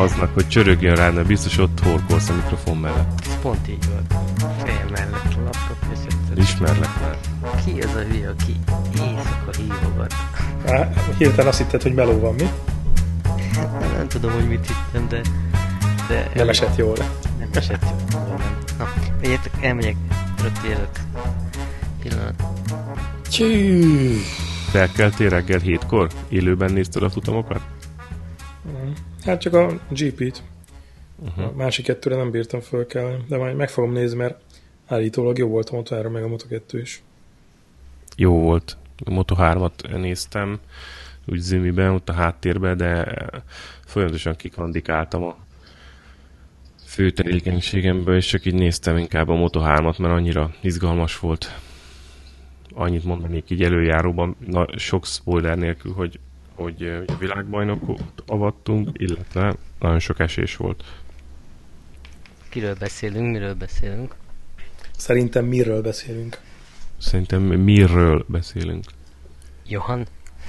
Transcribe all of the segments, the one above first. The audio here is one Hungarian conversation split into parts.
aznak, hogy csörögjön rá, mert biztos ott horkolsz a mikrofon mellett. Ez pont így volt. Fejem mellett a laptop, és egyszer... Ismerlek már. Ki az a hülye, aki éjszaka hívogat? Hirtelen azt hitted, hogy meló van, mi? Nem tudom, hogy mit hittem, de nem esett jól. Nem esett jól, nem. Na, figyeljetek, elmegyek, rögtélök. Pillanat. Csű! Felkeltél reggel 7-kor? Élőben nézted a futamokat? Hát csak a GP-t. A másik kettőre nem bírtam fölkelni, de majd meg fogom nézni, mert állítólag jó volt a Moto3 meg a Moto2 is. Jó volt. A Moto3-at néztem, úgy zoomiben, ott a háttérben, de folyamatosan kikandikáltam a fő tevékenységemből, és csak így néztem inkább a Moto3-at, mert annyira izgalmas volt. Annyit mondanék így előjáróban, sok spoiler nélkül, hogy a világbajnokot avattunk, illetve nagyon sok esés volt. Kiről beszélünk, miről beszélünk? Szerintem miről beszélünk? Szerintem miről beszélünk? Johan?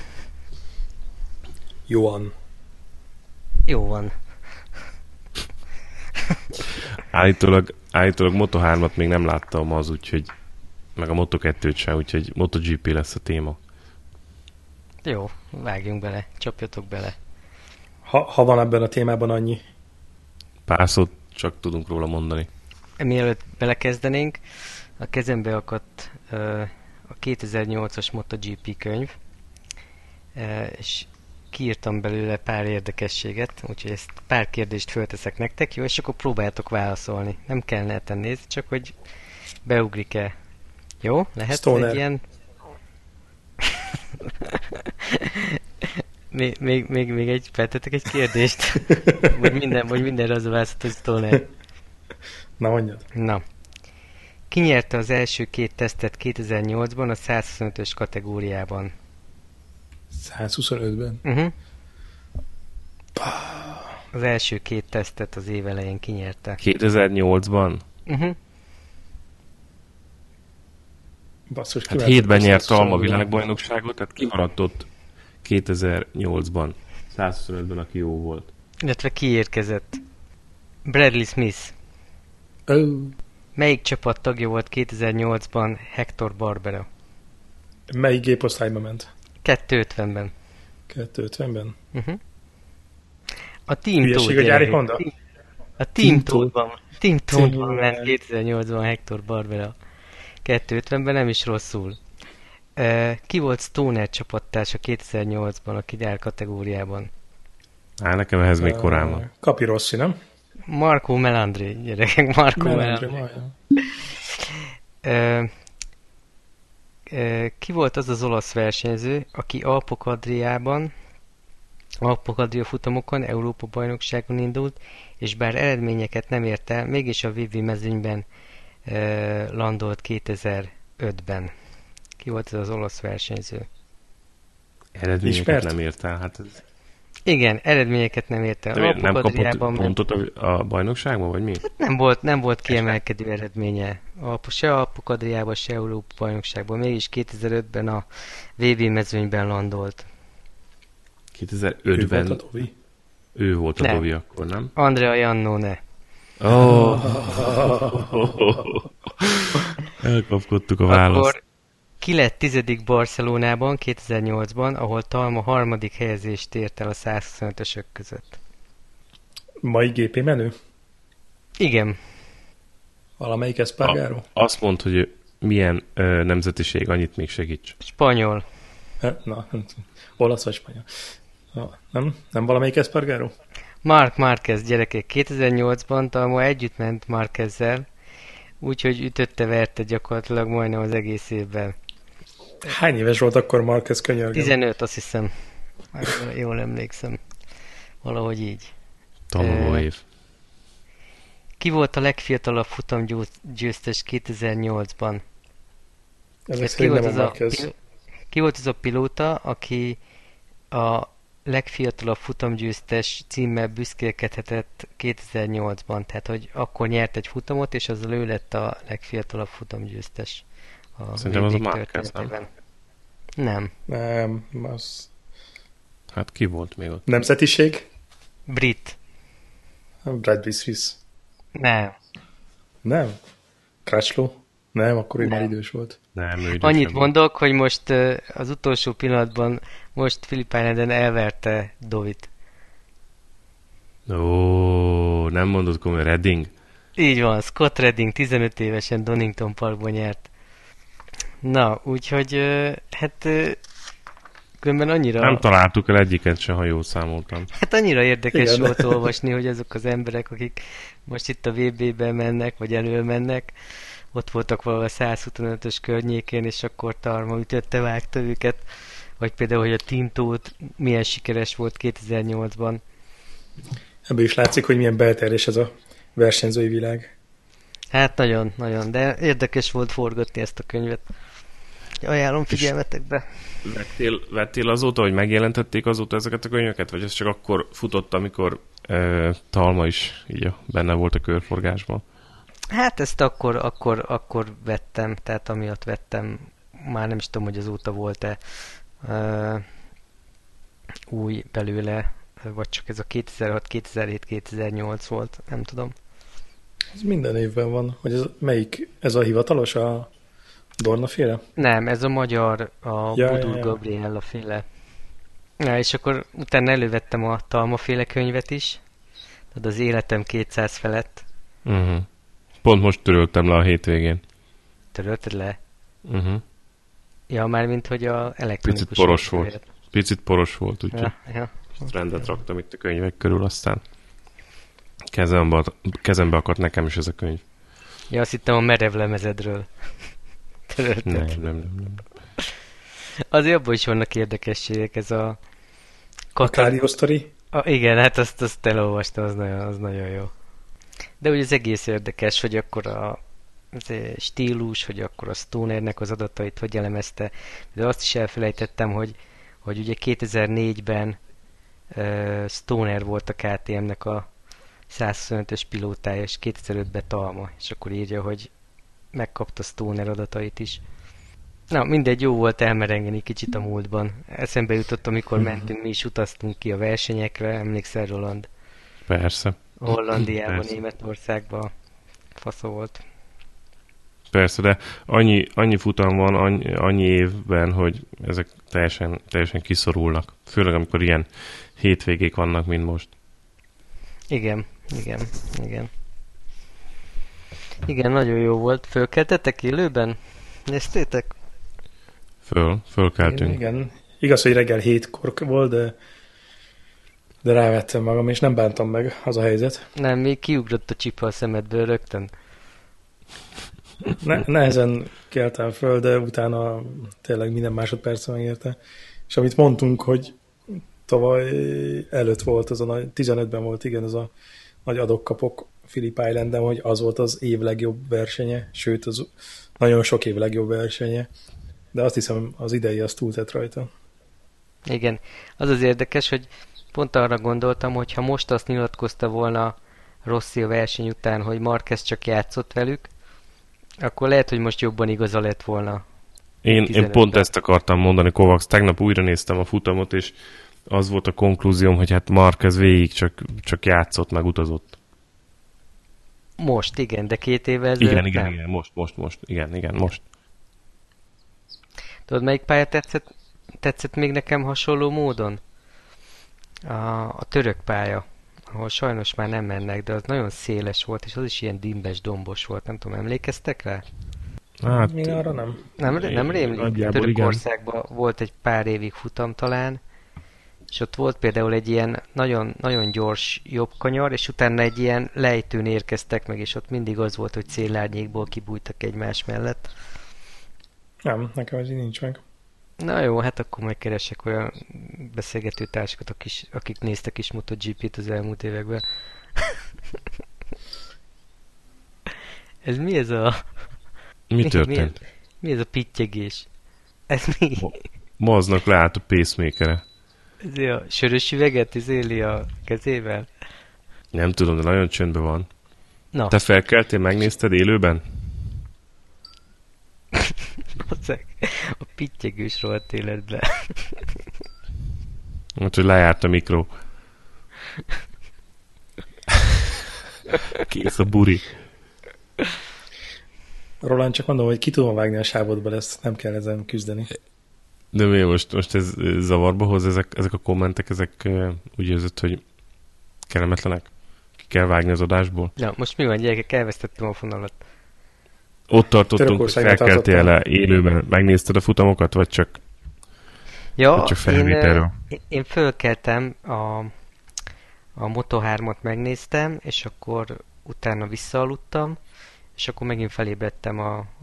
Johan. Jó van. Állítólag Moto3-at még nem láttam az, úgyhogy meg a Moto2-t sem, úgyhogy MotoGP lesz a téma. Jó, vágjunk bele, csapjatok bele. Ha van ebben a témában annyi. Pár szót csak tudunk róla mondani. Mielőtt belekezdenénk, a kezembe akadt a 2008-as MotoGP könyv, és kiírtam belőle pár érdekességet, úgyhogy ezt pár kérdést fölteszek nektek, jó, és akkor próbáljátok válaszolni. Nem kell neten nézni, csak hogy beugrik-e. Jó? Lehet Stoner. egy ilyen... még egy, feltettek egy kérdést? vagy mindenre az a választott, hogy Stoner. Na, mondjad. Na. Ki nyerte az első két tesztet 2008-ban a 125-ös kategóriában? 125-ben? Az első két tesztet az év elején kinyerte. 2008-ban? Basszus, hát 7-ben nyert Alma világbajnokságot, tehát kimaradt ott 2008-ban. 125-ben, aki jó volt. Illetve kiérkezett. Bradley Smith. Melyik csapat tagja volt 2008-ban Hector Barbera? Melyik géposztályba ment? 250-ben. 250-ben? A Team Hülyeség a gyári Honda? A Team Toad-ban ment 2008-ban Hector Barbera. 250-ben nem is rosszul. Ki volt Stoner csapattársa 2008-ban a Kidál kategóriában? Nekem ehhez még korán van. Capi Rossi, nem? Marco Melandri, gyerekek, Marco Melandri. Ki volt az az olasz versenyző, aki Alpok-Adria futamokon, Európa-bajnokságon indult, és bár eredményeket nem ért el, mégis a VB mezőnyben landolt 2005-ben. Ki volt ez az olasz versenyző? Eredményeket nem ért el, hát ez... Igen, eredményeket nem ért el. Nem kapott pontot a bajnokságban, vagy mi? Nem volt kiemelkedő eredménye. Se Alpok-Adriában, se Európa-bajnokságban. Mégis 2005-ben a VB mezőnyben landolt. 2005-ben? Ő volt a Dovi akkor, nem? Andrea Iannone. Elkapkodtuk a választ. Akkor ki lett 10. Barcelonában 2008-ban, ahol Talma harmadik helyezést ért el a 125-ösök között? Mai GP menő? Igen. Valamelyik Espargaro? Azt mondd, hogy milyen nemzetiség, annyit még segíts. Spanyol. Na, olasz vagy spanyol. Nem valamelyik Espargaro? Marc Márquez, gyerekek. 2008-ban Talma együtt ment Márquezzel, úgyhogy ütötte-verte gyakorlatilag majdnem az egész évben. Hány éves volt akkor Márquez, könyörgöm? 15, azt hiszem. Jól emlékszem. Valahogy így. Tanuló év. Ki volt a legfiatalabb futamgyőztes 2008-ban? Ki volt az a pilóta, aki a legfiatalabb futamgyőztes címmel büszkélkedhetett 2008-ban? Tehát, hogy akkor nyert egy futamot, és azzal ő lett a legfiatalabb futamgyőztes. Szerintem az a Márquez, nem? Nem, az... Hát ki volt még ott? Nemzetiség? Brit. Bradley Swiss. Nem. Nem? Crutchlow? Nem, akkor ő már idős volt. Nem, ő idősebb Annyit volt. mondok, hogy most az utolsó pillanatban most Phillip Islanden elverte Dovit. Ó, nem mondod komolyan, Redding? Így van, Scott Redding 15 évesen Donington Parkban nyert. Na, úgyhogy hát különben annyira... Nem találtuk el egyiket se, ha jól számoltam. Hát annyira érdekes Igen. volt olvasni, hogy azok az emberek, akik most itt a VB-be mennek, vagy elől mennek, ott voltak valahol a 125-ös környékén, és akkor Tarma ütötte, vágta őket. Vagy például, hogy a Tintót milyen sikeres volt 2008-ban. Ebből is látszik, hogy milyen belterjes ez a versenyzői világ. Hát nagyon, nagyon, de érdekes volt forgatni ezt a könyvet. Ajánlom figyelmetekbe. Vettél azóta, hogy megjelentették azóta ezeket a könyveket, vagy ez csak akkor futott, amikor Talma is így benne volt a körforgásban? Hát ezt akkor vettem, tehát amiatt vettem, már nem is tudom, hogy azóta volt-e új belőle, vagy csak ez a 2006, 2007, 2008 volt, nem tudom. Ez minden évben van. Hogy ez melyik? Ez a hivatalos, a Dorna féle? Nem, ez a magyar, a Budul Gabriella féle. Na, és akkor utána elővettem a Talma féle könyvet is, tehát az életem 200 felett. Uh-huh. Pont most töröltem le a hétvégén. Törölted le? Uh-huh. Ja, mármint, hogy a elektronikus... Picit poros volt, úgyhogy ja. rendet raktam itt a könyvek körül, aztán kezembe akadt nekem is ez a könyv. Ja, azt hittem a merev lemezedről. Nem. Azért abban is vannak érdekességek, ez a... Katárió sztori? Igen, hát azt elolvastam, az nagyon jó. De ugye az egész érdekes, hogy akkor az stílus, hogy akkor a Stonernek az adatait hogy elemezte. De azt is elfelejtettem, hogy ugye 2004-ben Stoner volt a KTM-nek a 125-ös pilótája, és 2005-ben Talma, és akkor írja, hogy megkapta Stoner adatait is. Na, mindegy, jó volt elmerengeni kicsit a múltban. Eszembe jutott, amikor mentünk, mi is utaztunk ki a versenyekre, emlékszel, Roland? Persze. Hollandiában, Persze. Németországban faszó volt. Persze, de annyi futam van, annyi évben, hogy ezek teljesen kiszorulnak. Főleg, amikor ilyen hétvégék vannak, mint most. Igen. Igen, nagyon jó volt. Fölkeltettek élőben? Néztétek? Fölkeltünk. Igen. Igaz, hogy reggel 7-kor volt, de rávettem magam, és nem bántam meg, az a helyzet. Nem, még kiugrott a csipa a szemedből rögtön. Nehezen keltem föl, de utána tényleg minden másodperc megérte. És amit mondtunk, hogy tavaly előtt volt az a nagy, 15-ben volt, igen, az a nagy adok-kapok Phillip Islanden, hogy az volt az év legjobb versenye, sőt, az nagyon sok év legjobb versenye. De azt hiszem, az idei az túltett rajta. Igen. Az érdekes, hogy pont arra gondoltam, hogy ha most azt nyilatkozta volna Rossi a verseny után, hogy Marquez csak játszott velük, akkor lehet, hogy most jobban igaza lett volna. Én pont ezt akartam mondani, Kovacs. Tegnap újra néztem a futamot, és az volt a konklúzióm, hogy hát Marquez végig csak játszott, meg utazott. Most, igen, de 2 évvel ezelőtt Igen, most. Igen, most. Tudod, melyik pálya tetszett még nekem hasonló módon? A török pálya, ahol sajnos már nem mennek, de az nagyon széles volt, és az is ilyen dimbes, dombos volt. Nem tudom, emlékeztek rá? Hát, én arra nem. Nem rémlik? Törökországban volt egy pár évig futam talán, és ott volt például egy ilyen nagyon, nagyon gyors jobb kanyar, és utána egy ilyen lejtőn érkeztek meg, és ott mindig az volt, hogy szélárnyékból kibújtak egymás mellett. Nem, nekem ez így nincs meg. Na jó, hát akkor megkeresek olyan beszélgető társakat, akik néztek is MotoGP-t az elmúlt években. Ez mi ez a... Mi történt? Mi ez a pittyegés? Ez mi? Maznak leállt a pacemakere. Ez a sörös üveget izéli a kezével? Nem tudom, de nagyon csöndben van. Na. Te felkeltél, megnézted élőben? A pittyegős rohadt életbe. Úgyhogy lejárt a mikró. Kész a buri. Roland, csak mondom, hogy ki tudom vágni a sávodba, lesz, nem kell ezen küzdeni. De mi most ez zavarba hoz, ezek a kommentek, ezek úgy érzed, hogy kellemetlenek? Ki kell vágni az adásból? Na, most mi van, gyerekek, elvesztettem a fonalat. Ott tartottunk, hogy felkeltél le élőben. Megnézted a futamokat, vagy csak, Ja, vagy csak felvételről? én fölkeltem, a Moto3-ot megnéztem, és akkor utána visszaaludtam, és akkor megint felébredtem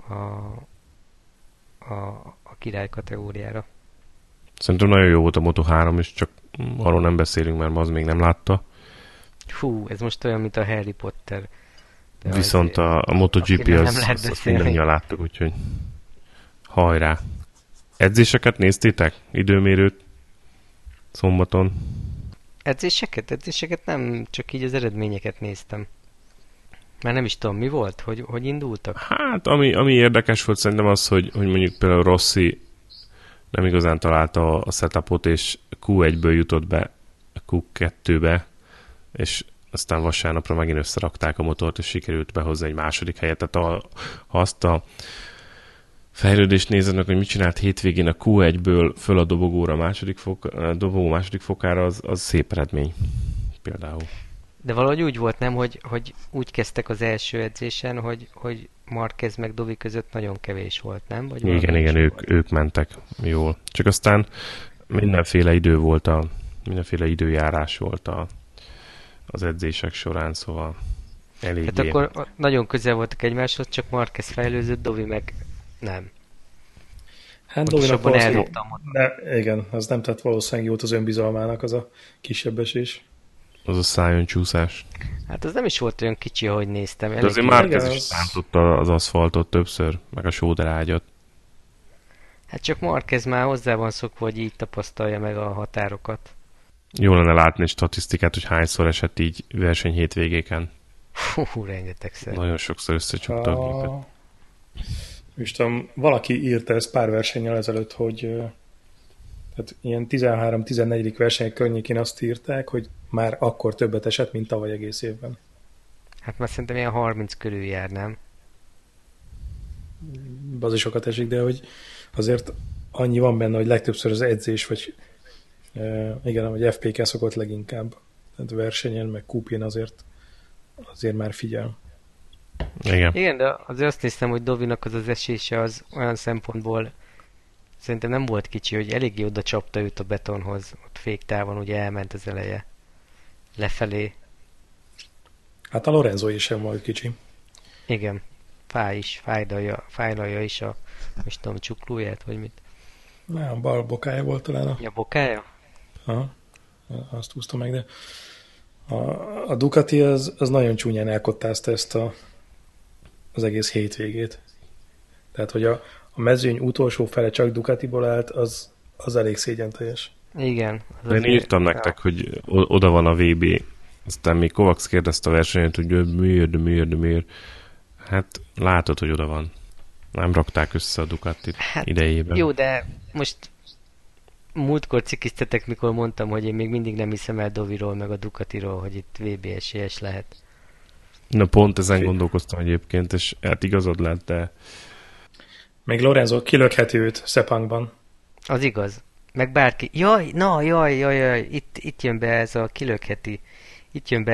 a király kategóriára. Szerintem nagyon jó volt a Moto3, és csak arról nem beszélünk, mert ma az még nem látta. Hú, ez most olyan, mint a Harry Potter. De Viszont a MotoGP azt mindannyian láttuk, úgyhogy hajrá. Edzéseket néztétek? Időmérőt? Szombaton? Edzéseket nem, csak így az eredményeket néztem. Már nem is tudom, mi volt? Hogy indultak? Hát, ami érdekes volt szerintem az, hogy mondjuk például Rossi nem igazán találta a setupot, és Q1-ből jutott be a Q2-be, és aztán vasárnapra megint összerakták a motort, és sikerült behozni egy második helyet. Tehát ha azt a fejlődést nézed, hogy mit csinált hétvégén a Q1-ből föl a dobogóra, dobogó második fokára, az szép eredmény például. De valahogy úgy volt, nem, hogy úgy kezdtek az első edzésen, hogy Marquez meg Dovi között nagyon kevés volt, nem? Vagy igen, ők mentek jól. Csak aztán mindenféle időjárás volt az edzések során, szóval eléggé. Tehát akkor nagyon közel voltak egymáshoz, csak Marquez fejlőzött, Dovi meg nem. Hát Dovinak igen, az nem tett valószínűleg jót az önbizalmának, az a kisebb esés. Az a szájon csúszás. Hát az nem is volt olyan kicsi, ahogy néztem. De azért Marquez is szántotta az aszfaltot többször, meg a sóderágyat. Hát csak Marquez már hozzá van szokva, hogy így tapasztalja meg a határokat. Jó lenne látni egy statisztikát, hogy hányszor esett így verseny hétvégéken. Hú, rengetegszer. Nagyon sokszor összecsukta a gripet. És tudom, valaki írta ezt pár versennyel ezelőtt, hogy tehát ilyen 13-14. versenyek környékén azt írták, hogy már akkor többet esett, mint tavaly egész évben. Hát már szerintem ilyen 30 körül jár, nem? Az is sokat esik, de hogy azért annyi van benne, hogy legtöbbször az edzés, vagy igen, hogy FP-ken szokott leginkább. Tehát versenyen, meg kúpén azért már figyel. Igen, de azért azt néztem, hogy Dovinak az esése az olyan szempontból szerintem nem volt kicsi, hogy eléggé oda csapta őt a betonhoz. Ott féktávon ugye elment az eleje lefelé. Hát a Lorenzo is sem volt kicsi. Igen. Fájlalja is a, most tudom, csuklóját, vagy mit? A bal bokája volt talán. A bokája? Aha, azt húzta meg, de a Ducati az nagyon csúnyán elkottázta ezt az egész hétvégét. Tehát, hogy a mezőny utolsó fele csak Ducatiból állt, az elég szégyenteljes. Igen. De én írtam nektek, hogy oda van a VB. Aztán még Kovacs kérdezte a versenyt, hogy miért. Hát látod, hogy oda van. Nem rakták össze a Ducatit idejében. Jó, de most múltkor cikiztetek, mikor mondtam, hogy én még mindig nem hiszem el Doviról, meg a Ducatiról, hogy itt VB esélyes lehet. Na pont ezen gondolkoztam egyébként, és hát igazad lett, de... Még Lorenzo kilökheti őt Sepangban. Az igaz. Meg bárki. Jaj, itt jön be ez a kilökheti. Itt jön be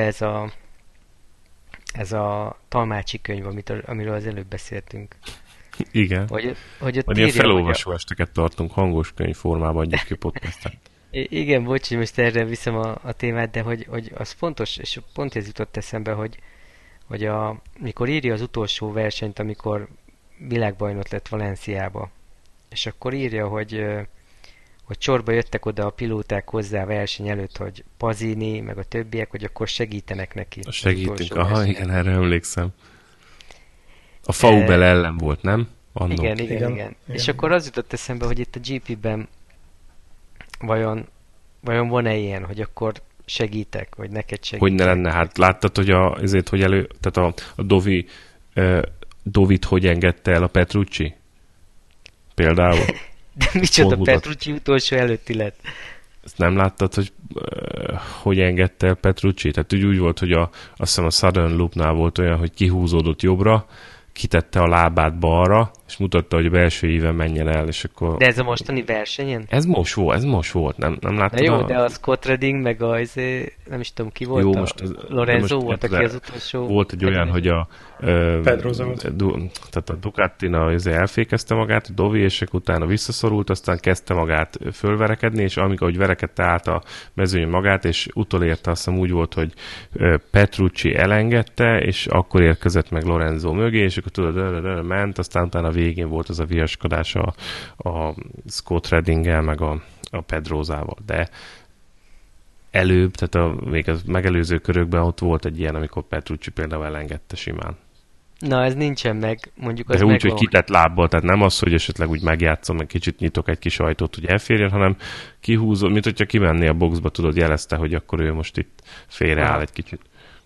ez a Talmácsi könyv, amiről az előbb beszéltünk. Igen. Hogy ott ilyen felolvasó esteket tartunk, hangos könyv formában adjuk ki podcastet. Igen, bocs, hogy most erre viszem a témát, de hogy az fontos, és pont ez jutott eszembe, hogy mikor írja az utolsó versenyt, amikor világbajnok lett Valenciába, és akkor írja, hogy csorba jöttek oda a pilóták hozzá a verseny előtt, hogy Pazini, meg a többiek, hogy akkor segítenek neki. Segítünk, igen, erre emlékszem. A Faubel ellen volt, nem? Annó. Igen. És akkor az jutott eszembe, hogy itt a GP-ben vajon van-e ilyen, hogy akkor segítek, vagy neked segítek? Hogy ne lenne, hát láttad, hogy tehát a Dovit hogy engedte el a Petrucci? Például. De micsoda Petrucci utolsó előtti lett? ezt nem láttad, hogy engedte el Petrucci? Tehát úgy volt, hogy azt hiszem a Southern Loopnál volt olyan, hogy kihúzódott jobbra, kitette a lábát balra, és mutatta, hogy a belső íven menjen el, és akkor... De ez a mostani versenyen? Ez most volt, nem láttad? Na jó, de a Scott Redding, meg nem is tudom ki volt, jó, most Lorenzo volt, aki az utolsó... Volt egy olyan, hogy Pedroza volt. Tehát a Ducatina elfékezte magát, a Dovi, és utána visszaszorult, aztán kezdte magát fölverekedni, és amikor hogy verekedte át a mezőny magát, és utolérte, azt hiszem úgy volt, hogy Petrucci elengedte, és akkor érkezett meg Lorenzo mögé, és akkor tudod, ment, aztán utána a végén volt az a viaskodás a Scott Reddinggel, meg a Pedrozával, de előbb, tehát még az megelőző körökben ott volt egy ilyen, amikor Petrucci például elengedte simán. Na, ez nincsen meg, mondjuk az de úgy, megvan. hogy kitett lábbal, tehát nem az, hogy esetleg úgy megjátszom, meg kicsit nyitok egy kis ajtót, hogy elférjen, hanem kihúzom, mint hogyha kimenné a boxba, tudod, jelezte, hogy akkor ő most itt félreáll egy kicsit.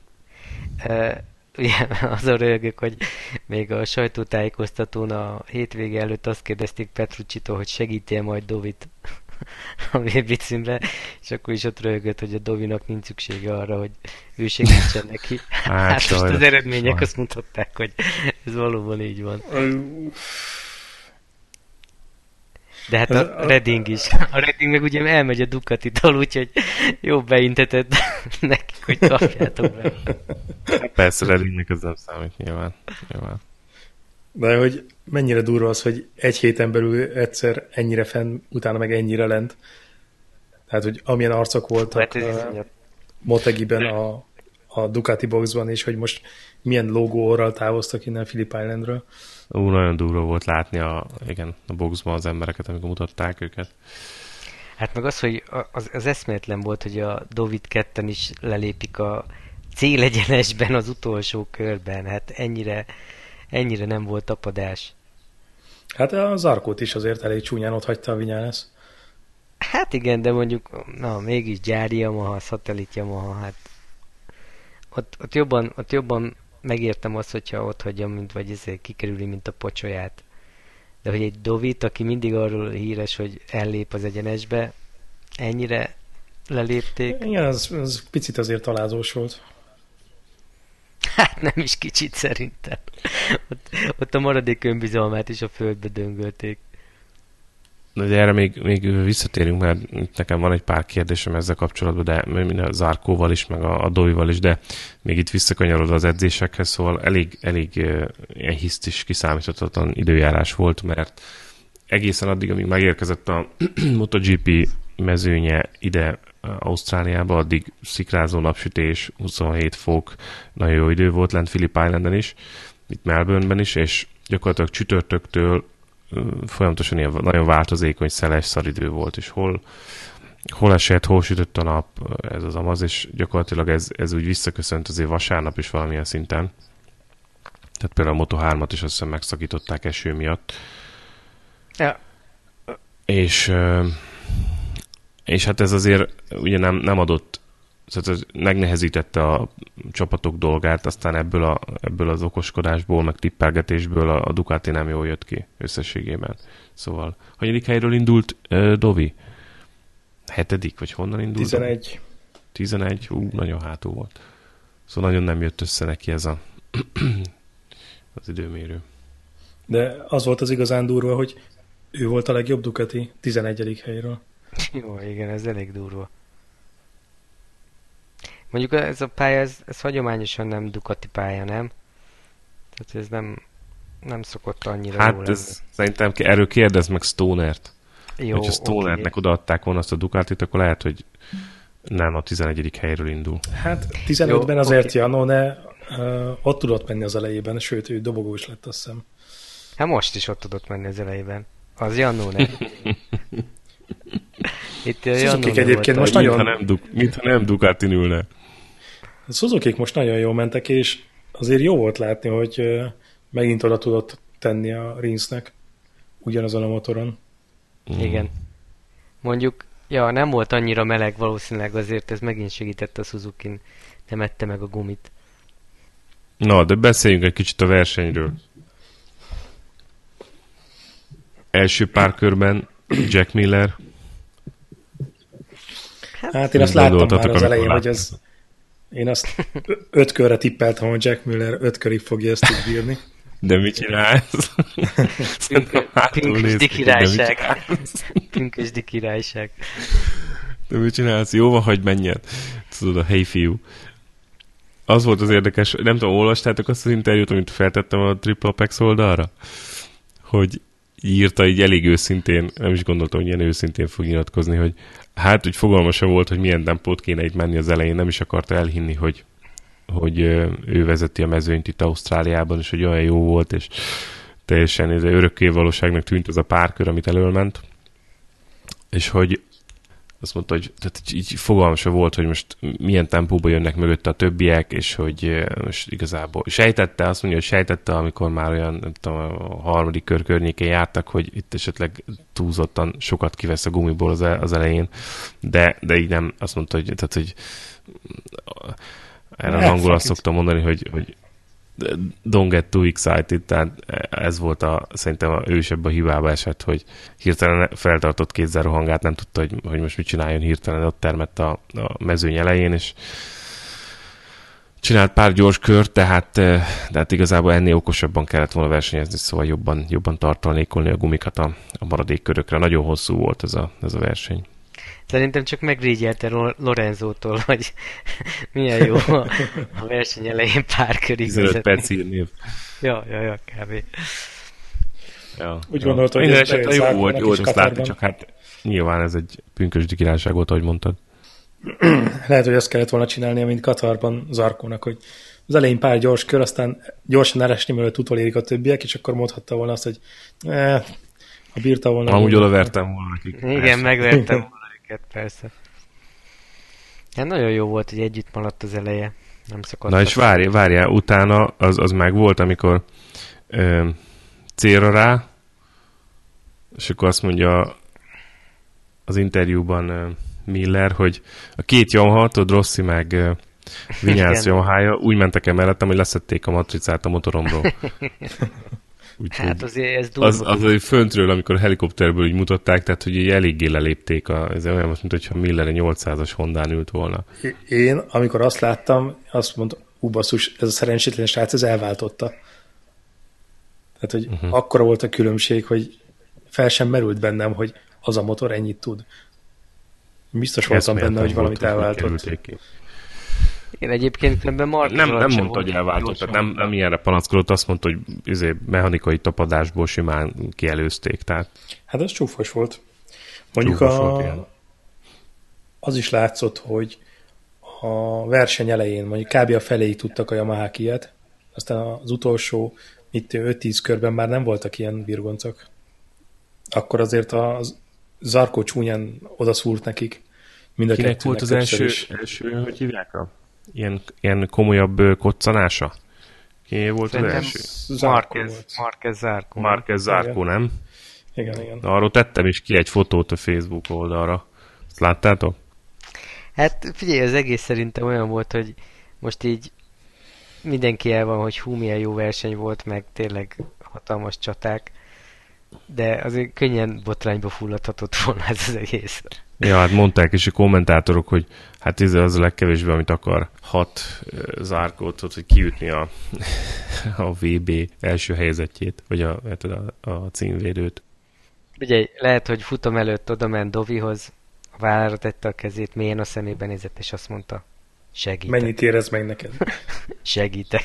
Ugye azon röhögök, hogy még a sajtótájékoztatón a hétvége előtt azt kérdezték Petruccitól, hogy segítél majd Dovit a VB címre, és akkor is ott röhögött, hogy a Dovinak nincs szüksége arra, hogy ő segítsen neki. Hát most az eredmények azt mutatták, hogy ez valóban így van. De hát a Redding is. A Redding meg ugye elmegy a Ducatitól, úgyhogy jó beintetett nekik, hogy kapjátok be. Persze, Reddingnek ez nem számít nyilván. De hogy mennyire durva az, hogy egy héten belül egyszer ennyire fenn, utána meg ennyire lent. Tehát, hogy amilyen arcok voltak Motegiben a Ducati boxban, és hogy most milyen logóorral távoztak innen Phillip Islandről. Nagyon durva volt látni a boxban az embereket, amikor mutatták őket. Hát meg az, hogy az eszméletlen volt, hogy a Dovit ketten is lelépik a célegyenesben az utolsó körben. Hát ennyire nem volt tapadás. Hát a Zarkót is azért elég csúnyán ott hagyta a Viñales. Hát igen, de mondjuk, mégis gyári Yamaha, szatellit Yamaha, hát ott jobban megértem azt, hogyha ott hagyjam, mint vagy ezért kikerüli, mint a pocsolyát. De hogy egy Dovit, aki mindig arról híres, hogy ellép az egyenesbe, ennyire lelépték. Igen, az picit azért alázós volt. Hát nem is kicsit szerintem. Ott a maradék önbizalmát is a földbe döngölték. De erre még visszatérünk, mert nekem van egy pár kérdésem ezzel kapcsolatban, de a Zarkóval is, meg a Dovival is, de még itt visszakanyarodva az edzésekhez, szóval elég ilyen hisztis, kiszámíthatatlan időjárás volt, mert egészen addig, amíg megérkezett a MotoGP mezőnye ide Ausztráliába, addig szikrázó napsütés, 27 fok, nagyon jó idő volt lent Phillip Islanden is, itt Melbourneben is, és gyakorlatilag csütörtöktől folyamatosan ilyen nagyon változékony, szeles szaridő volt, és hol esett, hol sütött a nap, ez az amaz, és gyakorlatilag ez úgy visszaköszönt azért vasárnap is valamilyen szinten. Tehát például a Moto3-at is azt hiszem megszakították eső miatt. Ja. És hát ez azért ugye nem adott, tehát megnehezítette a csapatok dolgát, aztán ebből az okoskodásból, meg tippelgetésből a Ducati nem jól jött ki összességében. Szóval, hanyadik helyről indult Dovi? 7. vagy honnan indult? 11. 11? Nagyon hátul volt. Szóval nagyon nem jött össze neki ez az időmérő. De az volt az igazán durva, hogy ő volt a legjobb Ducati 11. helyről. Jó, igen, ez elég durva. Mondjuk ez a pálya, ez hagyományosan nem Ducati pálya, nem? Tehát ez nem szokott annyira hát jól ez szerintem erről kérdezd meg Stonert. Jó, hogyha Stonernek odaadták volna azt a Ducatit, akkor lehet, hogy nem a 11. helyről indul. Hát 15-ben azért Janone ott tudott menni az elejében, sőt, ő dobogós lett, azt hiszem. Hát most is ott tudott menni az elejében. Az Janone. Itt Suzukik egyébként most nagyon... Mintha nem Ducatin ülne. A Suzukik most nagyon jól mentek, és azért jó volt látni, hogy megint oda tudott tenni a Rinsnek ugyanazon a motoron. Igen. Mondjuk, nem volt annyira meleg valószínűleg, azért ez megint segített a Suzukin, nem ette meg a gumit. Na, de beszéljünk egy kicsit a versenyről. Első pár körben Jack Miller Hát én azt láttam már az elején, hogy ez... Én azt 5 körre tippeltem, hogy Jack Miller 5 körig fogja ezt így bírni. De mit csinálsz? Pünkösdi királyság. Pünkösdi királyság. De mit csinálsz? Jó van, hogy menjen. Tudod, a helyi fiú. Az volt az érdekes, nem tudom, olvastátok azt az interjút, amit feltettem a Triple Apex oldalra? Hogy írta így elég őszintén, nem is gondoltam, hogy ilyen őszintén fog nyilatkozni, hogy hát, hogy fogalma sem volt, hogy milyen tempót kéne itt menni az elején, nem is akarta elhinni, hogy ő vezeti a mezőnyt itt Ausztráliában, és hogy olyan jó volt, és teljesen örökké valóságnak tűnt az a párkör, amit elölment, és hogy azt mondta, hogy tehát így fogalma sem volt, hogy most milyen tempóban jönnek mögötte a többiek, és hogy most igazából sejtette, azt mondja, hogy sejtette, amikor már olyan, nem tudom, a harmadik kör környékén jártak, hogy itt esetleg túlzottan sokat kivesz a gumiból az elején, de így nem, azt mondta, hogy, tehát, hogy erre az angol azt szoktam mondani, hogy don't get too excited, tehát ez volt szerintem ő is ebbe a hibába esett, hogy hirtelen feltartott kézzel rohangát, nem tudta, hogy most mit csináljon, hirtelen ott termett a mezőny elején, és csinált pár gyors kört, tehát igazából ennél okosabban kellett volna versenyezni, szóval jobban tartalékolni a gumikat a maradék körökre. Nagyon hosszú volt ez a verseny. Szerintem csak megrégyelte Lorenzótól, hogy milyen jó a verseny elején pár körig 15 perc írnév. Ja, kb. Ja, úgy gondoltam, hogy ez jó volt, azt látni, csak hát nyilván ez egy pünkösdi királyság volt, ahogy mondtad. Lehet, hogy azt kellett volna csinálnia, mint Katarban Zarkónak, hogy az elején pár gyors kör, aztán gyorsan elesni, mielőtt utolérik a többiek, és akkor mondhatta volna azt, hogy ha bírta volna... Amúgy odavertem volna nekik. Igen, megvertem volna őket, persze. Hát nagyon jó volt, hogy együtt maradt az eleje. Nem szokott. Na és várjál, utána az meg volt, amikor célra rá, és akkor azt mondja az interjúban Miller, hogy a két Yamaha, tudod, Rossi meg Vinyász Yamahája úgy mentek el mellettem, hogy leszették a matricát a motoromról. Úgyhogy hát azért ez durva. Az föntről, amikor a helikopterből így mutatták, tehát hogy így eléggé lelépték, ez olyan, mint hogyha Miller egy 800-as Hondán ült volna. Én, amikor azt láttam, azt mondtam, basszus, ez a szerencsétlen srác, ez elváltotta. Tehát, hogy akkora volt a különbség, hogy fel sem merült bennem, hogy az a motor ennyit tud. Biztos voltam benne, hogy valamit elváltott. Én egyébként ebben Marquez nem mondta, hogy elváltott, tehát nem ilyenre panaszkodott, azt mondta, hogy mechanikai tapadásból simán kielőzték. Tehát... Hát ez csúfos volt. Mondjuk az is látszott, hogy a verseny elején mondjuk kb. A feléig tudtak a Yamahák ilyet, aztán az utolsó 5-10 körben már nem voltak ilyen virgoncok. Akkor azért a Zarkó csúnyán odaszúrt nekik. Mind a kinek volt az első, hogy hívják ilyen komolyabb koccanása? Ki volt az első? Marquez Zarkó, nem? Igen. Arról tettem is ki egy fotót a Facebook oldalra. Ezt láttátok? Hát figyelj, az egész szerintem olyan volt, hogy most így mindenki el van, hogy milyen jó verseny volt, meg tényleg hatalmas csaták, de azért könnyen botrányba fulladhatott volna ez az egész. Ja, hát mondták is a kommentátorok, hogy hát ez az a legkevésbé, amit akar 6 Zarkót, hogy kiütni a VB első helyezettjét, vagy a címvédőt. Ugye lehet, hogy futam előtt oda ment Dovihoz, a vállára tette a kezét, mélyen a szemébe nézett, és azt mondta, segítek. Mennyit érez meg neked? Segítek.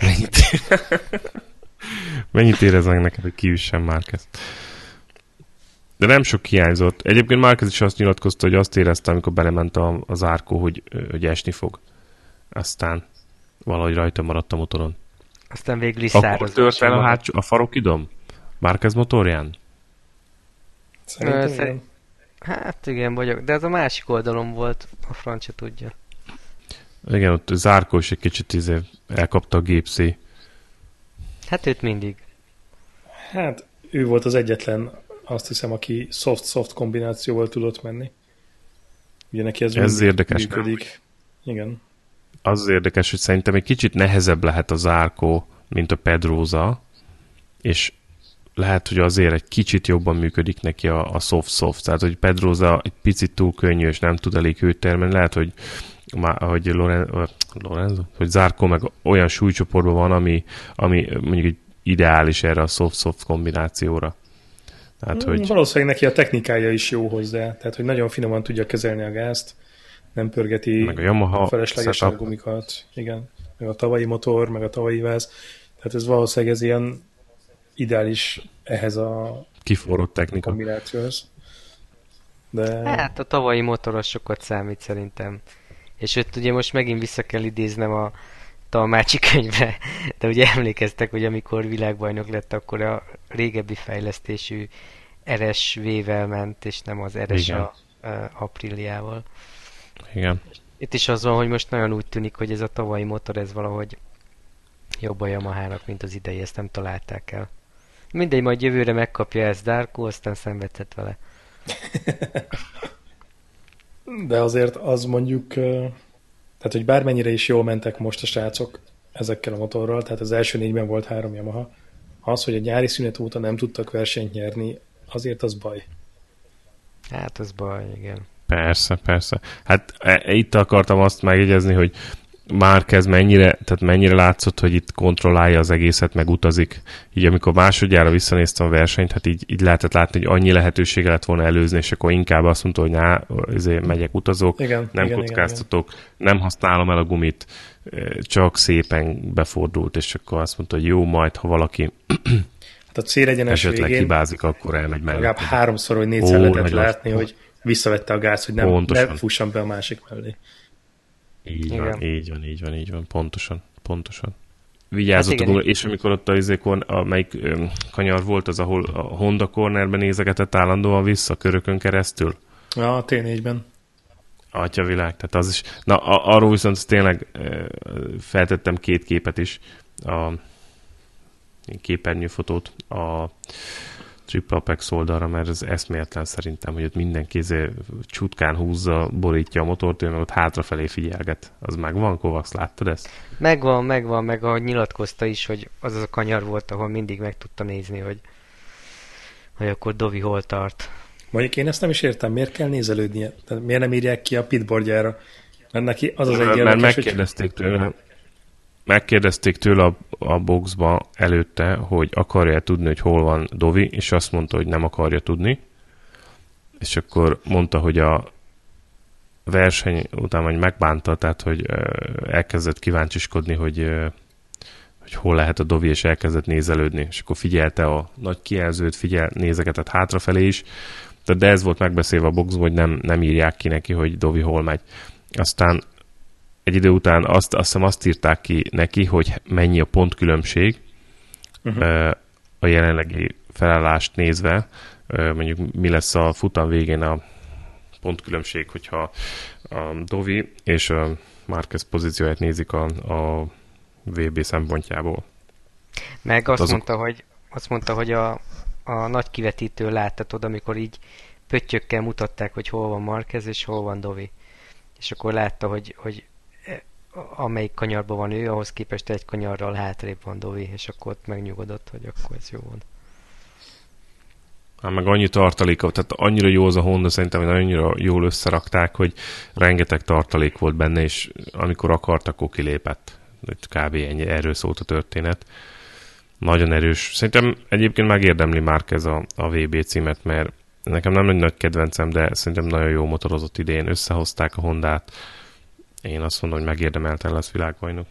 Mennyit érez meg neked, hogy kiüssen Márquez? De nem sok hiányzott. Egyébként Márquez is azt nyilatkozta, hogy azt érezte, amikor belement az Zarkó, hogy esni fog. Aztán valahogy rajta maradt a motoron. Aztán végül is száraz. Akkor tört el a farokidom? Márquez motorján? Szerintem hát igen, vagyok. De ez a másik oldalon volt, a francia tudja. Igen, ott Zarkó is egy kicsit elkapta a gépszé. Hát őt mindig. Hát ő volt az egyetlen, azt hiszem, aki soft-soft kombinációval tudott menni. Ugye neki ez érdekes. Működik. Igen. Az érdekes, hogy szerintem egy kicsit nehezebb lehet a Zarkó, mint a Pedrosa, és lehet, hogy azért egy kicsit jobban működik neki a soft-soft, tehát hogy Pedrosa egy picit túl könnyű, és nem tud elég hőt termelni, lehet, hogy Lorenzo, hogy Zarco meg olyan súlycsoportban van, ami mondjuk egy ideális erre a soft-soft kombinációra. Tehát, hogy... Valószínűleg neki a technikája is jó hozzá, tehát hogy nagyon finoman tudja kezelni a gázt, nem pörgeti meg a Yamaha feleslegesen a gumikat, igen, meg a tavalyi motor, meg a tavalyi váz, tehát ez valószínűleg ez ilyen ideális ehhez a kiforrott technika kombinációhoz. De... Hát a tavalyi motoros sokat számít szerintem. És ott ugye most megint vissza kell idéznem a Talmácsi könyvre, de ugye emlékeztek, hogy amikor világbajnok lett, akkor a régebbi fejlesztésű RSV-vel ment, és nem az RSA Apriliával. Igen. Itt is az van, hogy most nagyon úgy tűnik, hogy ez a tavalyi motor, ez valahogy jobb a Yamahának, mint az idei, ezt nem találták el. Mindegy, majd jövőre megkapja ezt Darko, aztán szenvedhet vele. De azért az mondjuk, tehát hogy bármennyire is jól mentek most a srácok ezekkel a motorral, tehát az első 4-ben volt 3 Yamaha, az, hogy a nyári szünet óta nem tudtak versenyt nyerni, azért az baj. Hát az baj, igen. Persze. Hát itt akartam azt megjegyezni, hogy Márquez mennyire látszott, hogy itt kontrollálja az egészet, meg utazik. Így amikor másodjára visszanéztem a versenyt, hát így lehetett látni, hogy annyi lehetősége lett volna előzni, és akkor inkább azt mondta, hogy ezért megyek, utazok, nem kockáztatok, nem használom el a gumit, csak szépen befordult, és akkor azt mondta, hogy jó, majd ha valaki hát a célegyenes esetleg végén hibázik, akkor elmegy mellett. Legalább 3-szor vagy 4-szer lehetett látni, hogy visszavette a gáz, hogy ne fusson be a másik mellé. Így van, pontosan. Vigyázott hát és amikor ott melyik kanyar volt az, ahol a Honda cornerben nézegetett állandóan vissza körökön keresztül? Ja, a T4-ben. Atyavilág, tehát az is. Na, arról viszont tényleg feltettem 2 képet is, a képernyőfotót a Triple Apex oldalra, mert ez eszméletlen szerintem, hogy ott mindenki csutkán húzza, borítja a motort, ő meg ott hátrafelé figyelget. Az megvan, Kovacs, láttad ezt? Megvan, meg ahogy nyilatkozta is, hogy az a kanyar volt, ahol mindig meg tudta nézni, hogy akkor Dovi hol tart. Mondjuk én ezt nem is értem, miért kell nézelődnie? Tehát miért nem írják ki a pitboardjára? Mert neki az egy érdekes, mert megkérdezték tőle a boxba előtte, hogy akarja tudni, hogy hol van Dovi, és azt mondta, hogy nem akarja tudni. És akkor mondta, hogy a verseny után majd megbánta, tehát hogy elkezdett kíváncsiskodni, hogy hol lehet a Dovi, és elkezdett nézelődni. És akkor figyelte a nagy kijelzőt, nézegetett hátrafelé is, de ez volt megbeszélve a boxban, hogy nem írják ki neki, hogy Dovi hol megy. Aztán egy idő után azt hiszem azt írták ki neki, hogy mennyi a pontkülönbség a jelenlegi felállást nézve, mondjuk mi lesz a futam végén a pontkülönbség, hogyha a Dovi és a Márquez pozícióját nézik a VB szempontjából. Meg azt mondta, hogy a nagy kivetítő láttatod, amikor így pöttyökkel mutatták, hogy hol van Márquez és hol van Dovi. És akkor látta, hogy amelyik kanyarban van ő, ahhoz képest egy kanyarral hátrébb van Dovi, és akkor ott megnyugodott, hogy akkor ez jó van. Hát meg annyi tartaléka, tehát annyira jó az a Honda, szerintem, hogy annyira jól összerakták, hogy rengeteg tartalék volt benne, és amikor akart, akkor kilépett. Kb. Ennyi, erről szólt a történet. Nagyon erős. Szerintem egyébként megérdemli Márquez a VB címet, mert nekem nem egy nagy kedvencem, de szerintem nagyon jó motorozott idén. Összehozták a Hondát. Én azt mondom, hogy megérdemelten lesz világbajnok.